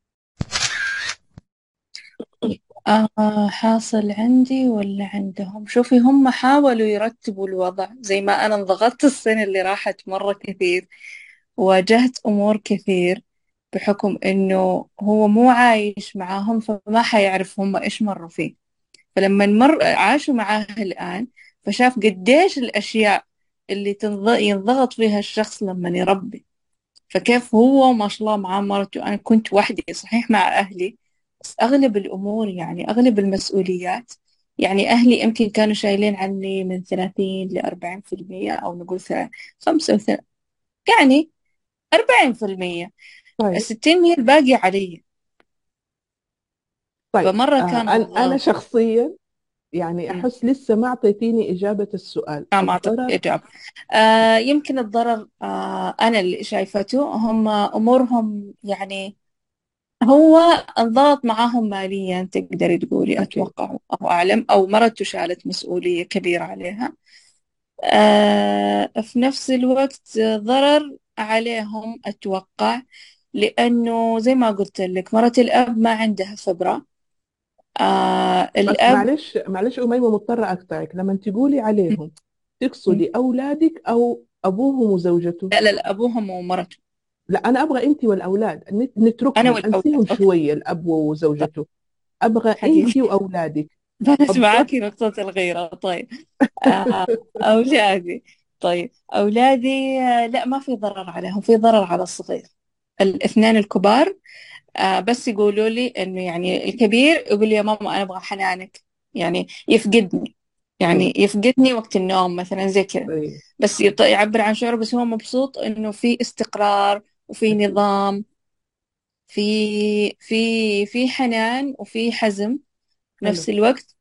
آه حاصل عندي ولا عندهم؟ شوفي، هم حاولوا يرتبوا الوضع زي ما أنا انضغطت السنة اللي راحت مرة كثير، واجهت أمور كثير بحكم إنه هو مو عايش معاهم، فما حيعرف هم إيش مروا فيه. فلما مر عاشوا معاه الآن، فشاف قديش الأشياء اللي تنض- ينضغط فيها الشخص لما يربي. فكيف هو ما شاء الله مع مرته. أنا كنت وحدي صحيح مع أهلي، بس أغلب الأمور يعني أغلب المسؤوليات، يعني أهلي يمكن كانوا شايلين عني من ثلاثين لأربعين في المية، أو نقول ث- خمسة وثلاثين، يعني أربعين في المية. طيب. الستين هي الباقي علي. طيب. فمرة آه كان أنا أنا الضغط. شخصيا يعني م. أحس لسه ما أعطيتيني إجابة السؤال. آه ما أعطيت الضرر. إجابة. آه يمكن الضرر، آه أنا اللي شايفته هم أمورهم يعني. هو انضغط معاهم ماليا تقدري تقولي، أكيد. أتوقع أو أعلم، أو مرته شالت مسؤولية كبيرة عليها. آه في نفس الوقت ضرر عليهم أتوقع، لأنه زي ما قلت لك مرة الأب ما عندها خبرة. آه بس الأب معلش معلش أميمة، مضطرة أقطعك. لما تقولي عليهم م. تقصدي أولادك أو أبوهم وزوجته؟ لا لا لا، أبوهم ومرته. لا، أنا أبغى أنت والأولاد نت- أنا نتركهم، والأولاد، أنسيهم أوكي. شوية الأب طيب وزوجته. أبغى أنت حقيقي وأولادك. بانت تفضل. معاكي نقطة الغيرة. طيب. آه أولادي. طيب أولادي، آه، لا ما في ضرر عليهم، في ضرر على الصغير. الاثنين الكبار آه بس يقولوا لي إنه يعني الكبير يقول لي يا ماما أنا أبغى حنانك، يعني يفقدني، مم. يعني يفقدني وقت النوم مثلا زي كذا. طيب. بس يط- يعبر عن شعوره، بس هو مبسوط إنه في استقرار وفي أكيد. نظام، في في في حنان وفي حزم في حلو. نفس الوقت.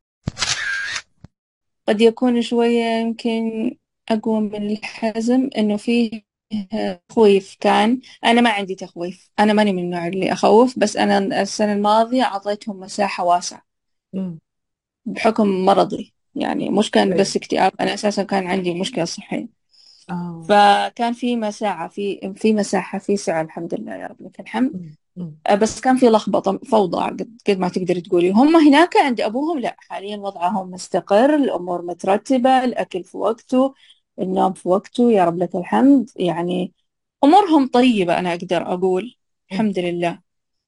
قد يكون شوية يمكن أقوى من الحزم، إنه فيه تخويف. كان أنا ما عندي تخويف، أنا ماني من النوع اللي أخوف، بس أنا السنة الماضية أعطيتهم مساحة واسعة مم. بحكم مرضي، يعني مش كان طيب. بس اكتئاب، أنا أساسا كان عندي مشكلة صحية. آه. فكان في مساحة، في في مساحة، في سعة، الحمد لله يا رب لك الحمد. مم. مم. آه، بس كان في لخبطة، فوضى، قد قد ما تقدر تقولي. هم هناك عند أبوهم لا، حاليا وضعهم مستقر، الأمور مترتبة، الأكل في وقته، النوم في وقته، يا رب لك الحمد. يعني أمورهم طيبة، أنا أقدر أقول مم. الحمد لله.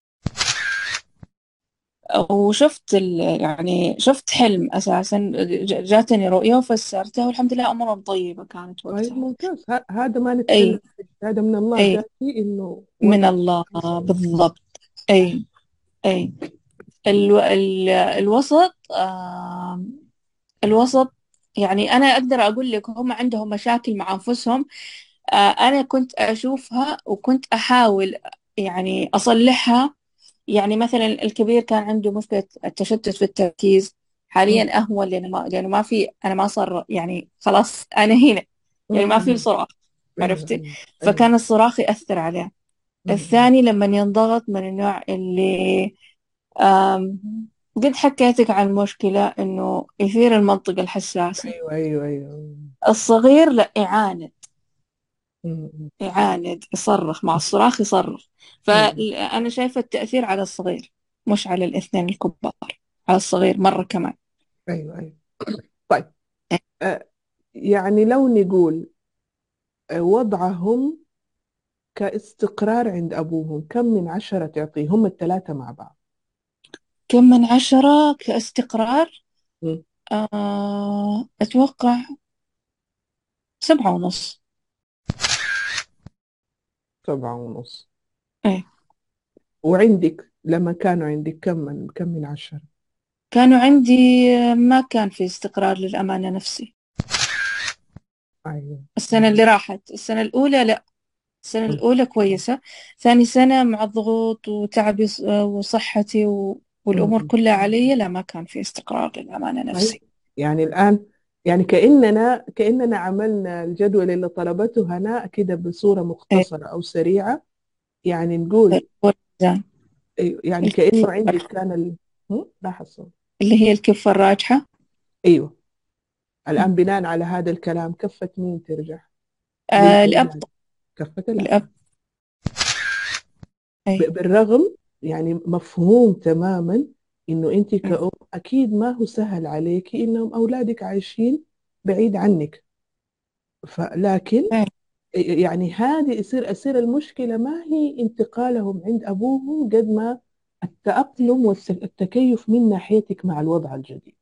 وشفت ال... يعني شفت حلم أساسا، ج- جاتني رؤية وفسرتها، والحمد لله أمورهم طيبة كانت طيب وقتها. ممتاز. ه- هذا ما نتكلم أي فيه، هذا من الله أي جاتي إنه من وضع الله كويس. بالضبط. أي أي ال... ال... الوسط، آه الوسط. يعني أنا أقدر أقول لك هم عندهم مشاكل مع أنفسهم، آه، أنا كنت أشوفها وكنت أحاول يعني أصلحها. يعني مثلا الكبير كان عنده مشكلة التشتت في التركيز، مم. حاليا أهون، لأنه ما لأنه ما في، أنا ما صار يعني خلاص أنا هنا، يعني ما في مم. صراخ، أيوه عرفتي؟ أيوه أيوه. فكان الصراخ يأثر عليه. مم. الثاني لما ينضغط من النوع اللي آم، قد حكيتك عن المشكلة إنه يثير المنطقة الحساسة. أيوه أيوه أيوه. الصغير لا، يعاند، مم. يعاند، يصرخ مع الصراخ، يصرخ. مم. فأنا شايفة التأثير على الصغير، مش على الاثنين الكبار، على الصغير مرة كمان. أيوه أيوه. طيب. آه، يعني لو نقول آه، وضعهم كاستقرار عند أبوهم، كم من عشرة تعطيه هم الثلاثة مع بعض؟ كم من عشرة كاستقرار؟ مم. آه أتوقع سبعة ونص. سبعة ونص. إيه. وعندك لما كانوا عندك كم من كم من عشرة؟ كانوا عندي، ما كان في استقرار للأمانة نفسي. أيوه. السنة اللي راحت، السنة الأولى لا، السنة مم. الأولى كويسة. ثاني سنة مع الضغوط وتعبي ص- وصحتي و... والأمور مم. كلها علي، لا ما كان في استقرار للأمانة طيب. نفسي. يعني الآن، يعني كأننا كأننا عملنا الجدول اللي طلبته هناء كده بصورة إيه. مختصرة أو سريعة. يعني نقول والميزان. أيوه، يعني الكفة كأنه عندك الراجحة. كان ال... هم؟ لا حصل. اللي هي الكفة الراجحة. أيوه. م. الآن بناء على هذا الكلام كفة مين ترجح آه الأب. للأولاد؟ كفة الأب. الأب. ب- أي. بالرغم يعني مفهوم تماما إنه أنت م. كأم أكيد ما هو سهل عليكي إنهم أولادك عايشين بعيد عنك. فلكن أي. يعني هذه يصير أصير المشكلة ما هي انتقالهم عند أبوهم قد ما التأقلم والتكيف من ناحيتك مع الوضع الجديد.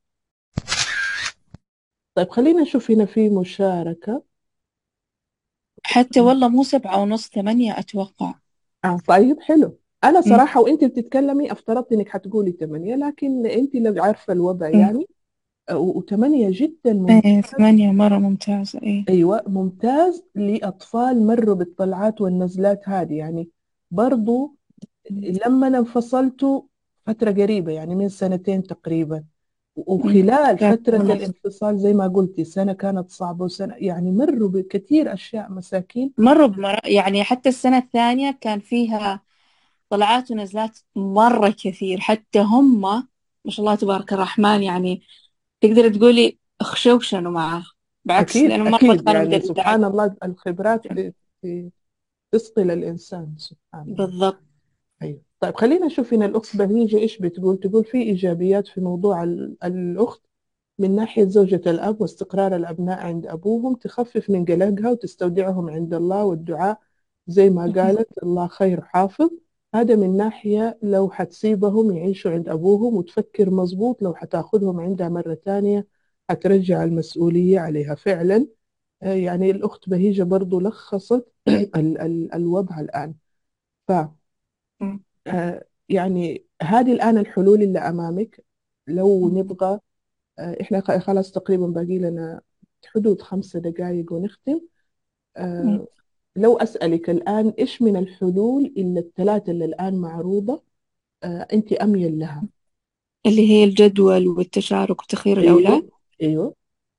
طيب خلينا نشوف هنا في مشاركة. حتى والله مو سبعة ونص، ثمانية أتوقع. آه طيب حلو. أنا م. صراحة وأنت بتتكلمي افترضت إنك حتقولي ثمانية، لكن أنت اللي عارفة الوضع م. يعني. آه، وثمانية جدا أي ممتاز. ثمانية مرة ممتازة. أي. أيوة ممتاز لأطفال مروا بالطلعات والنزلات هذه يعني. برضو م. لما أنا انفصلت فترة قريبة يعني من سنتين تقريبا، م. وخلال كان فترة ونص. الانفصال زي ما قلتي سنة كانت صعبة وسنة يعني مروا بكثير أشياء مساكين. مرة بمرة، يعني حتى السنة الثانية كان فيها طلعات ونزلات مرة كثير، حتى هم ما شاء الله تبارك الرحمن، يعني تقدر تقولي خشوشنوا معاه، بعكس أكيد لأنه مرة أكيد كانوا يعني مدلعين. سبحان الله الخبرات ت- ت- تثقل الإنسان سبحان الله. بالضبط. أيوة. طيب خلينا نشوف هنا الأخت بهيجة إيش بتقول. تقول في إيجابيات في موضوع ال- الأخت من ناحية زوجة الأب واستقرار الأبناء عند أبوهم، تخفف من قلقها وتستودعهم عند الله والدعاء زي ما قالت الله خير حافظ. هذا من ناحية لو حتسيبهم يعيشوا عند أبوهم، وتفكر مظبوط لو حتاخذهم عندها مرة تانية حترجع المسؤولية عليها فعلا. آه، يعني الأخت بهيجة برضو لخصت ال ال الوضع الآن. ف مم. آه، يعني هذه الآن الحلول اللي أمامك. لو نبغى آه، إحنا خ- خلاص تقريبا باقي لنا حدود خمسة دقائق ونختم. مم. آه، لو أسألك الآن إيش من الحلول اللي الثلاثة اللي الآن معروضة آه، أنت أميل لها؟ اللي هي الجدول والتشارك وتخيير الأولاد. أيوه. أيوه.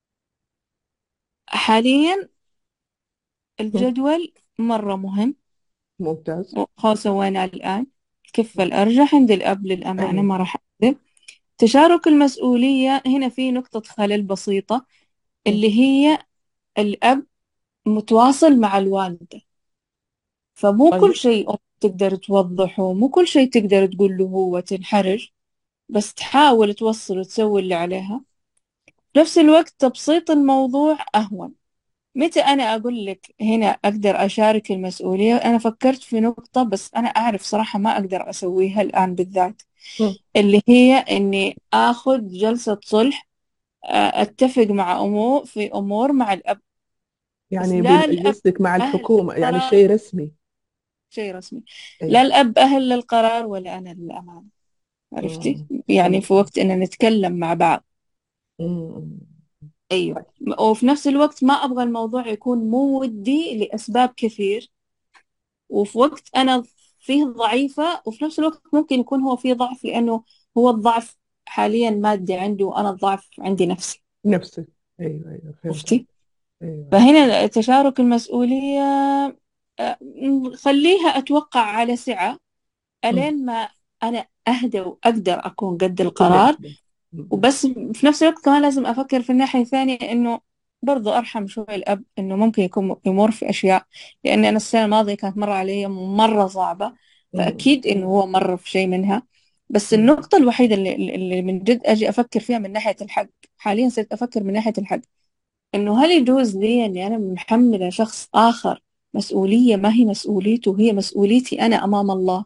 حاليا مم. الجدول مرة مهم، ممتاز. خاصة وين الآن الكفة الأرجح عند الأب للأمانة، أيوه. ما راح أكذب. تشارك المسؤولية هنا في نقطة خلل بسيطة، مم. اللي هي الأب متواصل مع الوالدة، فمو كل طيب. شيء أم تقدر توضحه، مو كل شيء تقدر تقول له هو تنحرج، بس تحاول توصل وتسوي اللي عليها. في نفس الوقت تبسيط الموضوع أهون. متى أنا أقول لك هنا أقدر أشارك المسؤولية؟ أنا فكرت في نقطة بس أنا أعرف صراحة ما أقدر أسويها الآن بالذات، مم. اللي هي إني آخذ جلسة صلح، آه، أتفق مع أمور في أمور مع الأب، بس يعني لا بال- الأب قصدك مع أهل الحكومة، يعني القرار، شيء رسمي. شيء رسمي. لا أيوه. الأب أهل للقرار ولا أنا للأمانة، عرفتي؟ مم. يعني في مم. وقت إن نتكلم مع بعض. مم. أيوة. وفي نفس الوقت ما أبغى الموضوع يكون مودي لأسباب كثير، وفي وقت أنا فيه ضعيفة، وفي نفس الوقت ممكن يكون هو فيه ضعف، لأنه هو الضعف حاليا مادي عنده وأنا الضعف عندي نفسي. نفسك. أيوه أيوه فهمت عليك. عرفتي؟ أيوه. فهنا تشارك المسؤولية، آه، خليها أتوقع على سعة مم. ألين ما أنا أهدى وأقدر أكون قد تكوني القرار. أهدى. مم. وبس في نفس الوقت كمان لازم أفكر في الناحية الثانية، إنه برضو أرحم شوي الأب، إنه ممكن يكون يمر في أشياء، لأن أنا السنة الماضية كانت مرة علي مرة صعبة، مم. فأكيد إنه هو مر في شيء منها. بس مم. النقطة الوحيدة اللي, اللي من جد أجي أفكر فيها من ناحية الحق، حاليا صرت أفكر من ناحية الحق، إنه هل يجوز لي إني أنا محملة شخص آخر مسؤولية ما هي مسؤوليته، هي مسؤوليتي أنا أمام الله.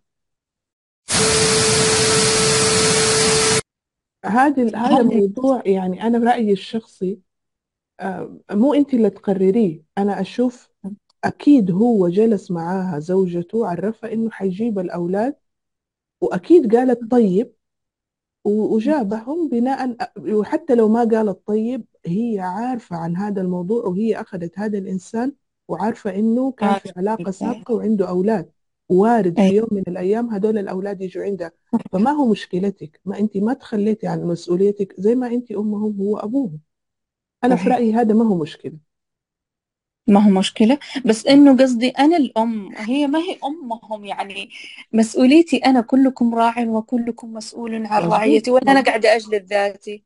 هذا هذا هذه موضوع، يعني أنا برأيي الشخصي آه، مو أنت اللي تقرريه. أنا أشوف أكيد هو جلس معاها زوجته عرفها إنه حيجيب الأولاد، وأكيد قالت طيب و- وجابهم بناء. وحتى لو ما قالت طيب هي عارفة عن هذا الموضوع، وهي أخذت هذا الإنسان وعارفة إنه كان في علاقة سابقة وعنده أولاد، وارد أي في يوم من الأيام هدول الأولاد يجوا عندها. فما هو مشكلتك؟ ما أنت ما تخليتي عن مسؤوليتك زي ما أنت أمهم هو أبوهم. أنا في صحيح. رأيي هذا ما هو مشكلة. ما هو مشكلة، بس إنه قصدي أنا الأم، هي ما هي أمهم، يعني مسؤوليتي أنا، كلكم راع وكلكم مسؤول عن مظبوط رعيتي، ولا أنا مظبوط. قاعدة أجلد ذاتي؟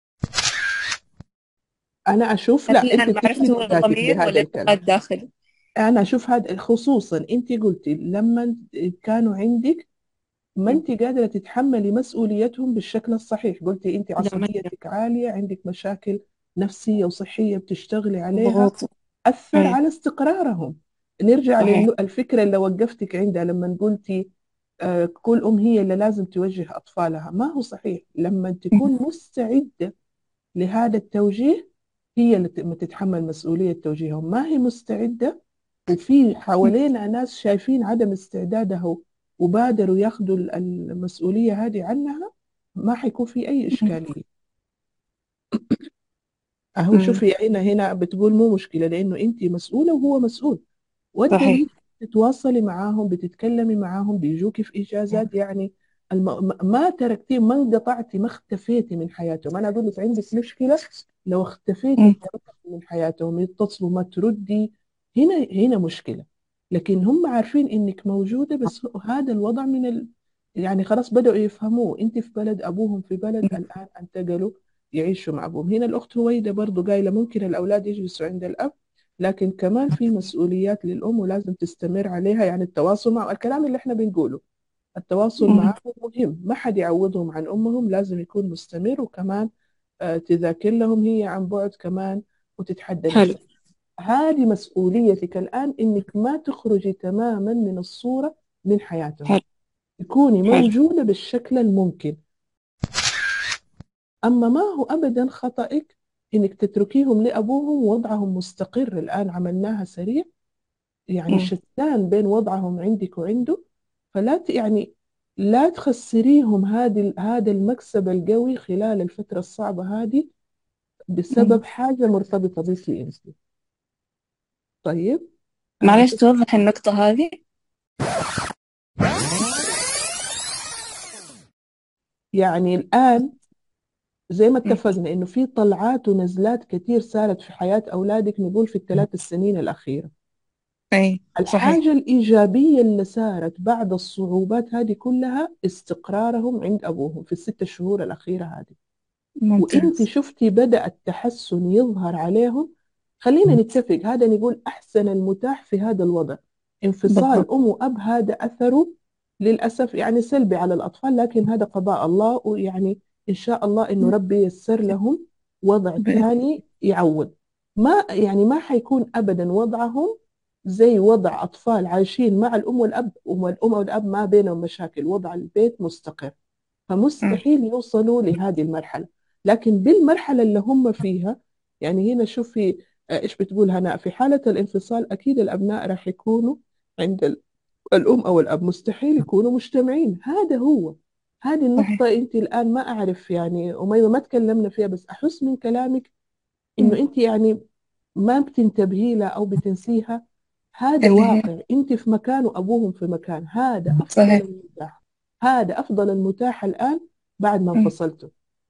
أنا أشوف هل لا، أنت الآن معرفتي هو بتجلدي ذاتك الضمير بهذا ولا الكلام. اعتقاد داخلي؟ أنا أشوف هذا خصوصا أنت قلتي لما كانوا عندك ما مم. انت قادرة تتحملي مسؤوليتهم بالشكل الصحيح. قلتي انت لما عصبيتك عالية، عندك مشاكل نفسية وصحية بتشتغلي عليها، ضغوط. أثر أي على استقرارهم. نرجع صحيح. للفكرة اللي وقفتك عندها لما قلتي آه، كل أم هي اللي لازم توجه أطفالها. ما هو صحيح. لما مم. تكون مستعدة لهذا التوجيه هي اللي ت- تتحمل مسؤولية توجيههم. ما هي مستعدة وفي حوالينا ناس شايفين عدم استعدادها وبادروا ياخذوا ال- المسؤولية هذه عنها، ما حيكون في أي مم. إشكالية. أهو مم. شوفي هنا هنا بتقول مو مشكلة لأنه أنت مسؤولة وهو مسؤول. صحيح. والدليل بتتواصلي معاهم، بتتكلمي معاهم، بيجوكي في إجازات. يعني الم... ما ما تركتي، ما انقطعتي، ما اختفيتي من حياتهم. أنا أقول لك عندك مشكلة لو اختفيتي مم. تماماً من حياتهم، يتصلوا ما تردي، هنا هنا مشكلة. لكن هم عارفين إنك موجودة، بس هذا الوضع من ال... يعني خلاص بدأوا يفهموه. أنت في بلد، أبوهم في بلد، مم. الآن انتقلوا يعيشوا مع أبوهم. هنا الأخت هويدا برضو قايلة ممكن الأولاد يجلسوا عند الأب لكن كمان في مسؤوليات للأم ولازم تستمر عليها، يعني التواصل مع الكلام اللي احنا بنقوله، التواصل مم. معهم مهم، ما حد يعوضهم عن أمهم، لازم يكون مستمر. وكمان آه، تذاكر لهم هي عن بعد كمان وتتحدى حلو. نفسك. هذه مسؤوليتك الآن، إنك ما تخرجي تماما من الصورة من حياتهم، حلو. تكوني حلو. موجودة بالشكل الممكن. أما ما هو أبدا خطأك إنك تتركيهم لأبوهم ووضعهم مستقر. الآن عملناها سريع، يعني مم. شتان بين وضعهم عندك وعنده. فلا ت- يعني لا تخسريهم هذه هذا المكسب القوي خلال الفترة الصعبة هذه مم. بسبب حاجة مرتبطة بك أنت. طيب. آه معلش بس توضح النقطة هذه. يعني الآن زي ما مم. اتفقنا إنه في طلعات ونزلات كتير صارت في حياة أولادك، نقول في الثلاث السنين الأخيرة. أي صحيح. الحاجة الإيجابية اللي صارت بعد الصعوبات هذه كلها استقرارهم عند أبوهم في الست شهور الأخيرة هذه. وانت ممتاز. شفتي بدأ التحسن يظهر عليهم. خلينا نتفق، هذا نقول أحسن المتاح في هذا الوضع. بالضبط. انفصال أم وأب هذا أثره للأسف يعني سلبي على الأطفال، لكن هذا قضاء الله، ويعني إن شاء الله إنه ربي ييسر لهم وضع بإذن. ثاني يعوض. ما يعني ما حيكون أبدا وضعهم زي وضع أطفال عايشين مع الأم والأب، والأم والأب ما بينهم مشاكل، وضع البيت مستقر. مم. فمستحيل يوصلوا لهذه المرحلة. لكن بالمرحلة اللي هم فيها، يعني هنا شوفي آه، إيش بتقول هناء، في حالة الانفصال أكيد الأبناء راح يكونوا عند ال- الأم أو الأب، مستحيل يكونوا مجتمعين. هذا هو، هذه صحيح. النقطة أنت الآن ما أعرف يعني أميمة ما تكلمنا فيها، بس أحس من كلامك إنه مم. أنت يعني ما بتنتبهي لها أو بتنسيها. هذا اللي هي واقع، أنت في مكان وأبوهم في مكان، هذا أفضل صحيح. المتاح. هذا أفضل المتاح الآن بعد ما مم. انفصلتوا.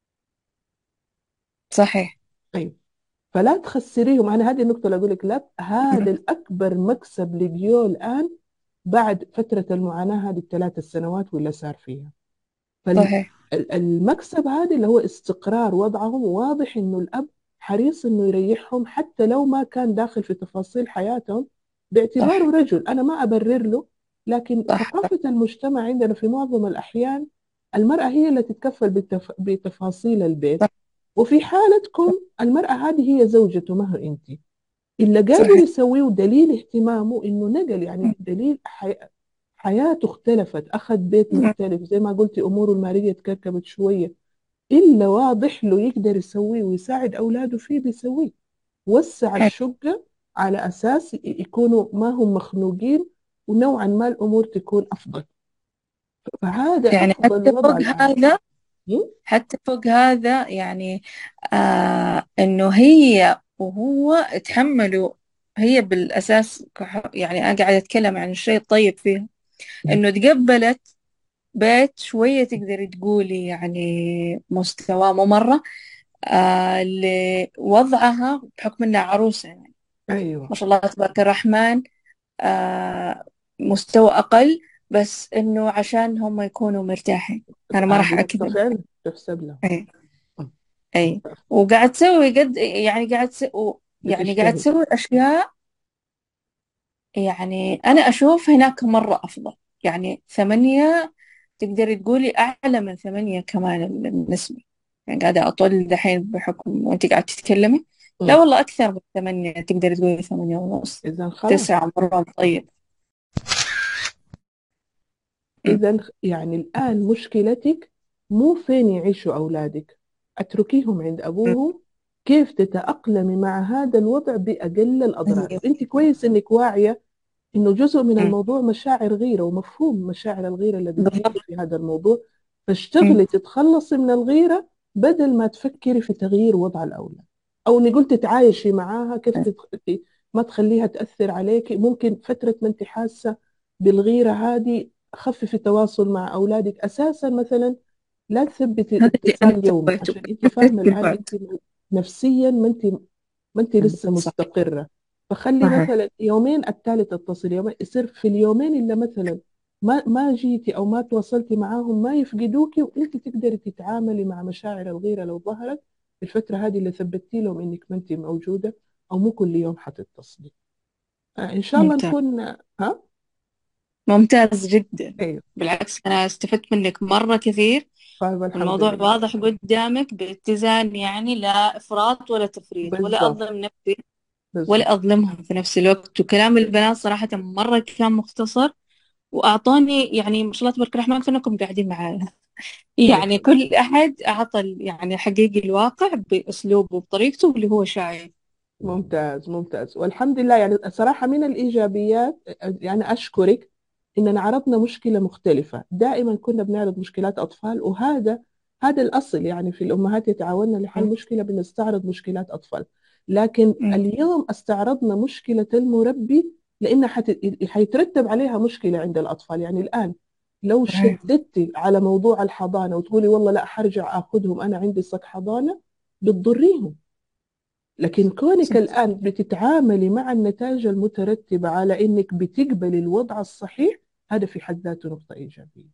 صحيح. طيب. فلا تخسريهم. أنا هذه النقطة اللي أقول لك، لا، مم. هذا الأكبر مكسب لجيو الآن بعد فترة المعاناة هذه الثلاث السنوات واللي صار فيها. صحيح. فالمكسب هذا اللي هو استقرار وضعهم، واضح إنه الأب حريص إنه يريحهم حتى لو ما كان داخل في تفاصيل حياتهم، صح. باعتباره رجل. أنا ما أبرر له، لكن صح. صح. ثقافة المجتمع عندنا في معظم الأحيان المرأة هي اللي تتكفل بالتف... بتفاصيل البيت. صح. وفي حالتكم المرأة هذه هي زوجته، ما هو أنت. اللي قادر صحيح. يسويه دليل اهتمامه إنه نقل، يعني مم. دليل حي... حياته اختلفت، أخذ بيت مم. مختلف، زي ما قلتي أموره المالية تكركبت شوية. إلا واضح له يقدر يسويه ويساعد أولاده فيه بيسويه. وسع حلو. الشقة على أساس ي- يكونوا ما هم مخنوقين، ونوعا ما الأمور تكون أفضل. فهذا يعني أفضل حتى وضع فوق الآن. هذا م? حتى فوق هذا يعني آه إنه هي وهو تحملوا. هي بالأساس كح- يعني أنا قاعدة أتكلم عن الشيء الطيب فيها، إنه تقبلت بيت شوية تقدري تقولي يعني مستواه مو مرة آه لوضعها بحكم إنها عروسة يعني أيوه. ما شاء الله تبارك الرحمن. آه مستوى أقل، بس إنه عشان هم يكونوا مرتاحين. أنا ما راح هذه نقطة أكذب. فعلا تحسب لها. أي. م. أي. وقاعد تسوي قد يعني قاعد تسوي يعني قاعد بتجتهد. تسوي أشياء. يعني أنا أشوف هناك مرة أفضل. يعني ثمانية تقدري تقولي أعلى من ثمانية كمان النسبة. يعني قاعدة أطول دحين بحكم وأنت قاعدة تتكلمي. لا م. والله أكثر من ثمانية، تقدري تقولي ثمانية ونص. إذا خلاص. تسعة مرة طيب. م. إذا يعني الآن مشكلتك مو فين يعيشوا أولادك، أتركيهم عند م. أبوهم. كيف تتأقلمي مع هذا الوضع بأقل الأضرار؟ طيب. وأنت كويس إنك واعية إنه جزء من م. الموضوع مشاعر غيرة، ومفهوم مشاعر الغيرة اللي بالضبط. بتجيكي في هذا الموضوع. م. فاشتغلي تتخلصي من الغيرة بدل ما تفكري في تغيير وضع الأولاد، أو نقول تتعايشي معاها كيف تتخ... ما تخليها تأثر عليك. ممكن فترة ما أنت حاسة بالغيرة هذه خففي التواصل مع أولادك أساسا. مثلا لا تثبتي هذا اللي أنا اتصال يومي، سويته عشان أنت فاهمة في الآن بعد. أنت نفسيا ما أنت ما أنت لسه صح. مستقرة. فخلي صحيح. مثلا يومين، الثالث اتصل يومين، يصير في اليومين اللي مثلا ما ما جيتي او ما تواصلتي معاهم ما يفقدوكي، وانت تقدري تتعاملي مع مشاعر الغيره لو ظهرت في الفتره هذه اللي ثبتي لهم انك ما انت موجوده أو مو كل يوم حتتصلي. آه، إن شاء الله ممتاز. نكون. ها. ممتاز جدا. أيوه. بالعكس أنا استفدت منك مرة كثير، طيب الحمد والموضوع لله. واضح قدامك باتزان، يعني لا إفراط ولا تفريط، ولا بالضبط. أظلم نفسي بالضبط. ولا أظلمهم في نفس الوقت. وكلام البنات صراحة مرة كان مختصر، وأعطاني يعني ما شاء الله تبارك الرحمن كأنكم قاعدين معايا. الله يعني يخليك. كل أحد أعطى ال- يعني حقيقي الواقع بأسلوبه وبطريقته اللي هو شايف. ممتاز ممتاز، والحمد لله. يعني صراحة من الإيجابيات، يعني أشكرك إننا عرضنا مشكلة مختلفة. دائما كنا بنعرض مشكلات أطفال، وهذا هذا الأصل. يعني في الأمهات يتعاونن لحل مشكلة، بنستعرض مشكلات أطفال. لكن أمم. اليوم استعرضنا مشكلة المربي، لأن حت... حيترتب عليها مشكلة عند الأطفال. يعني الآن لو صحيح. شددتي على موضوع الحضانة وتقولي والله لا حرجع أخذهم، أنا عندي صك حضانة، بتضريهم. لكن كونك صح. الآن بتتعاملي مع النتائج المترتبة على إنك بتقبلي الوضع الصحيح، هذا في حد ذاته نقطة إيجابية.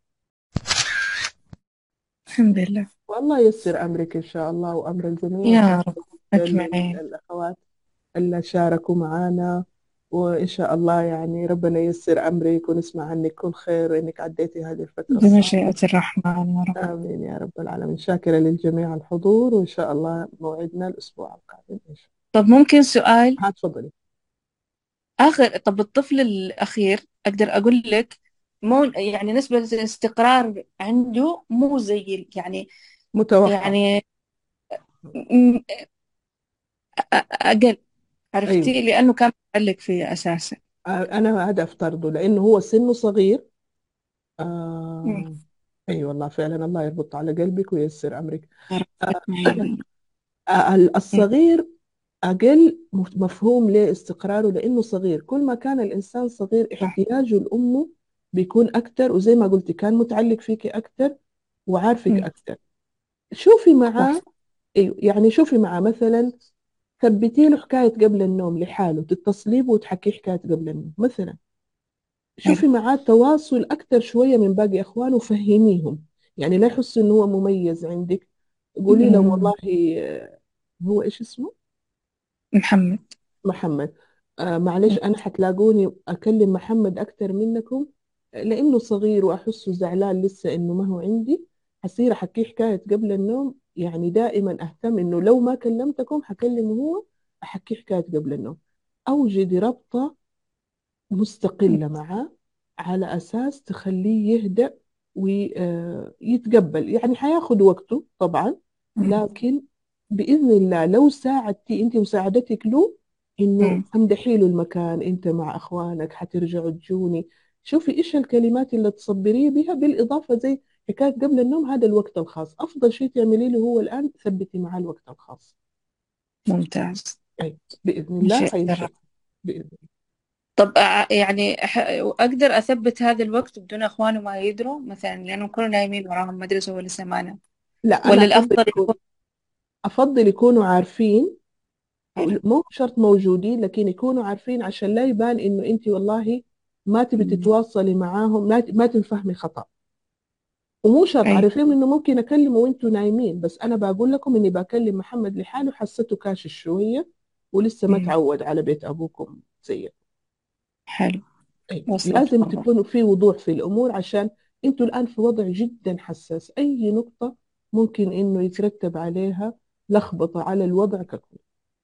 الحمد لله. والله ييسر أمرك إن شاء الله وأمر الجميع. يا وشكرا رب جدا أجمعين. للأخوات اللي شاركوا معنا. وإن شاء الله يعني ربنا ييسر أمرك ونسمع عنك كل خير، وإنك عديتي هذه الفترة الصعبة. بمشيئة الرحمن يا رب. آمين يا رب العالمين. شاكرة للجميع الحضور، وإن شاء الله موعدنا الأسبوع القادم إن شاء طب ممكن سؤال الله. تفضلي. آخر؟ طب الطفل الأخير أقدر أقول لك مو يعني نسبة الاستقرار عنده مو زي ال- يعني متوقع. يعني م- أ- أقل، أيوه. عرفتي، لأنه كان متعلق فيه أساسا. أنا هذا أفترضه لأنه هو سنه صغير. مم. آه. أي والله فعلا، الله يربط على قلبك وييسر أمرك. يا رب آه. أجمعين. آه، مم. الصغير أقل مفهوم لاستقراره، لأنه صغير. كل ما كان الإنسان صغير صح. احتياجه لأمه بيكون أكتر، وزي ما قلت كان متعلق فيك أكتر وعارفك مم. أكتر. شوفي صح. معاه. أيوه، يعني شوفي معاه مثلا، ثبتي له حكاية قبل النوم لحاله، تتصلي به وتحكي حكاية قبل النوم مثلا. حلو. شوفي معاه تواصل أكتر شوية من باقي أخوانه، فهميهم. يعني لا يحس إنه هو مميز عندك. قولي لهم مم. والله. آه، هو إيش اسمه؟ محمد. محمد. آه مم. معلش، أنا حتلاقوني أكلم محمد أكتر منكم، لأنه صغير وأحسه زعلان لسه إنه ما هو عندي. حصير أحكيه حكاية قبل النوم. يعني دائما أهتم إنه لو ما كلمتكم حكلمه هو، أحكيه حكاية قبل النوم. أوجدي ربطة مستقلة معه، على أساس تخليه يهدأ ويتقبل. يعني حياخد وقته طبعا، مم. لكن بإذن الله لو ساعدتي أنت مساعدتك له، إنه مم. حمدحي له المكان، أنت مع أخوانك حترجعوا تجوني. شوفي إيش الكلمات اللي تصبريه بها، بالإضافة زي حكاية قبل النوم، هذا الوقت الخاص أفضل شيء تعملي له هو الآن، ثبتي معاه الوقت الخاص. ممتاز. أي. بإذن الله مشيئة حينشأ. الرحمن. بإذن طب أع- يعني أح- أقدر أثبت هذا الوقت بدون أخوانه ما يدروا مثلا، لأنهم كانوا نايمين وراهم مدرسة ولا سمانة، لا، أنا ولا أفضل الأفضل يكون يكون؟ أفضل يكونوا عارفين. حلو. مو شرط موجودين، لكن يكونوا عارفين عشان لا يبان انه انت والله ما تبي مم. تتواصلي معاهم، ما ما تنفهمي خطأ. ومو شرط أي. عارفين انه ممكن اكلمه وانتوا نايمين، بس انا بقول لكم اني بكلم محمد لحاله، حسيته كاشش شوية ولسه ما مم. تعود على بيت ابوكم زيك. حلو. أي. وصلت لازم والله. تكونوا في وضوح في الامور، عشان انتوا الان في وضع جدا حساس. اي نقطة ممكن انه يترتب عليها لخبطة على الوضع ككل.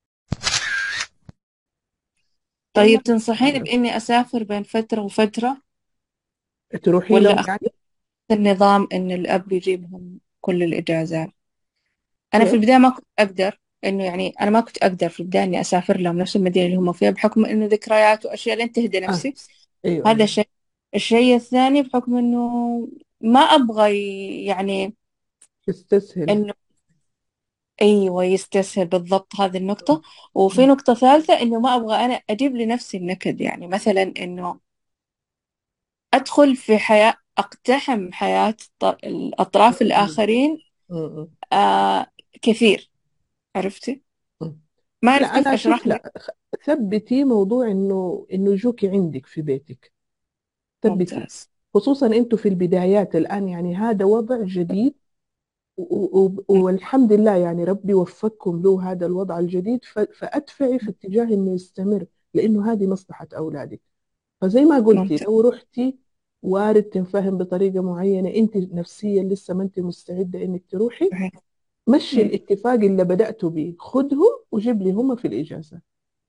والله طيب تنصحيني أعلم. بإني أسافر بين فترة وفترة، تروحي ولا لهم أخذ يعني؟ النظام إن الأب يجيبهم كل الإجازات؟ أنا في كيف؟ البداية ما كنت أقدر، إنه يعني أنا ما كنت أقدر في البداية إني أسافر لهم نفس المدينة اللي هم فيها، بحكم إنه ذكريات وأشياء لين تهدى اه. نفسي. ايوه هذا ايوه. شيء. الشيء الثاني بحكم إنه ما أبغى ي- يعني تستسهل. إنه، أيوة يستسهل بالضبط هذه النقطة. وفي نقطة ثالثة إنه ما أبغى أنا أجيب لنفسي النكد، يعني مثلا إنه أدخل في حياة، أقتحم حياة الط- الأطراف مم. الآخرين مم. آه كثير، عرفتي؟ مم. ما لا أعرف كيف انا اشوف، أشرح لك. لا خ- ثبتي موضوع انه انه يجوكي عندك في بيتك. ثبتي. ممتاز. خصوصا انتوا في البدايات الان، يعني هذا وضع جديد. و- و- والحمد لله يعني ربي وفقكم له هذا الوضع الجديد، ف- فأدفعي في اتجاه إنه يستمر، لأنه هذه مصلحة أولادك. فزي ما قلتي، ممتاز. لو رحتي وارد تنفهم بطريقة معينة، أنت نفسيا لسه ما أنت مستعدة إنك تروحي، صحيح. مشي مم. الاتفاق اللي بدأتوا به، خذه وجيب لي هم في الإجازة.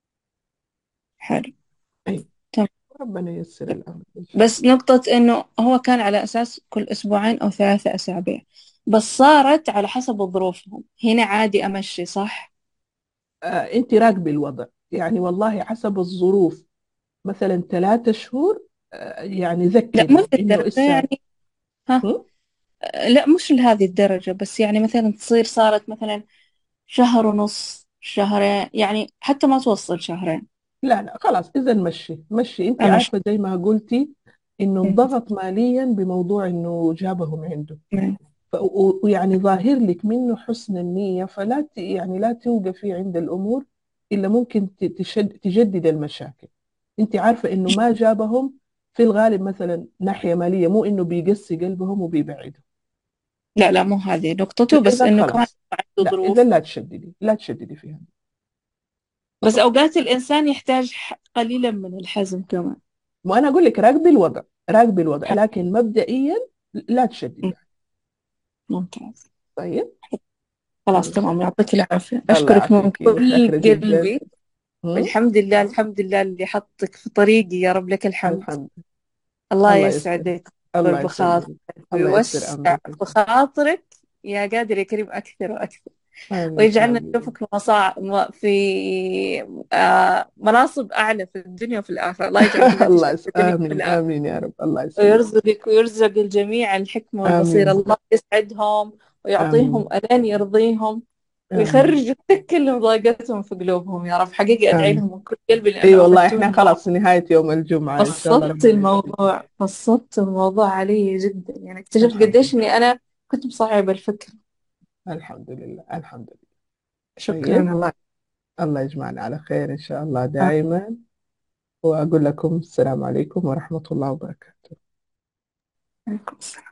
حلو. أي، تمام. ربنا ييسر الأمر إن شاء بس نقطة إنه هو كان على أساس كل أسبوعين أو ثلاثة أسابيع، بس صارت على حسب ظروفهم. هنا عادي أمشي صح؟ الله. آه، أنت راقبي الوضع، يعني والله حسب الظروف. مثلا ثلاثة شهور، آه، يعني لا مو ذكري إنه للدرجة إسا. يعني. ها. هم؟ لا مش لهذه الدرجة، بس يعني مثلا تصير صارت مثلا شهر ونص، شهرين، يعني حتى ما توصل شهرين. لا لا خلاص، إذا مشي مشي. أنت أمشي. عارفة زي ما قلتي إنه مم. انضغط ماليا بموضوع إنه جابهم عنده. مم. ف- و- ويعني ظاهر لك منه حسن النية، فلا ت- يعني لا توقفي عند الأمور إلا ممكن ت- تشد تجدد المشاكل. أنت عارفة إنه ما جابهم في الغالب مثلا ناحية مالية، مو إنه بيقسي قلبهم وبيبعدهم. لا لا مو هذه نقطته، لا بس إذا إنه كمان خلاص، عنده لا إذا ظروف. لا تشددي، لا تشددي فيها. بس أوقات الإنسان يحتاج ح- قليلا من الحزم كمان. وأنا أقول لك راقبي الوضع، راقبي الوضع، لكن مبدئيا لا مم. تشددي. ممتاز. طيب. خلاص الله تمام، يخليك. يعطيك العافية، الله أشكرك من يعافيك، كل متشكرة جدا. قلبي. هم؟ والحمد لله الحمد لله اللي حطك في طريقي، يا رب لك الحمد. الحمد. الله الله يسلمك. يسعدك الله بخاطرك يسلمك. الله يسر ويوسع أمرك إن شاء بخاطرك، يا قادر يا كريم أكثر وأكثر. الله. آمين ويجعلنا آمين. نشوفك في مصاع في آه، مناصب أعلى في الدنيا وفي الآخرة. الله يجعلك ما الله تشتغل يس... في الدنيا وفي آمين الآخرة. آمين يا رب، الله يسلمك. ويرزقك ويرزق الجميع الحكمة والبصيرة. آمين الله يسعدهم ويعطيهم آمين ألان يرضيهم، آمين. ويخرج كل مضايقتهم في قلوبهم يا رب. حقيقي أدعي آمين. لهم من كل قلبي اي لأنهم والله احنا أفدتوني مرة. خلاص نهاية يوم الجمعة ان شاء الله، بسطت ربنا يسلمك. الموضوع، بسطت الموضوع علي جدا، يعني اكتشفت الحمد قديش لله. إني أنا كنت مصعبة الفكر. الحمد لله الحمد لله. شكرا. طيب. الله. الله يجمعنا على خير ان شاء الله آه. دائما. واقول لكم السلام عليكم ورحمة الله وبركاته. عليكم السلام.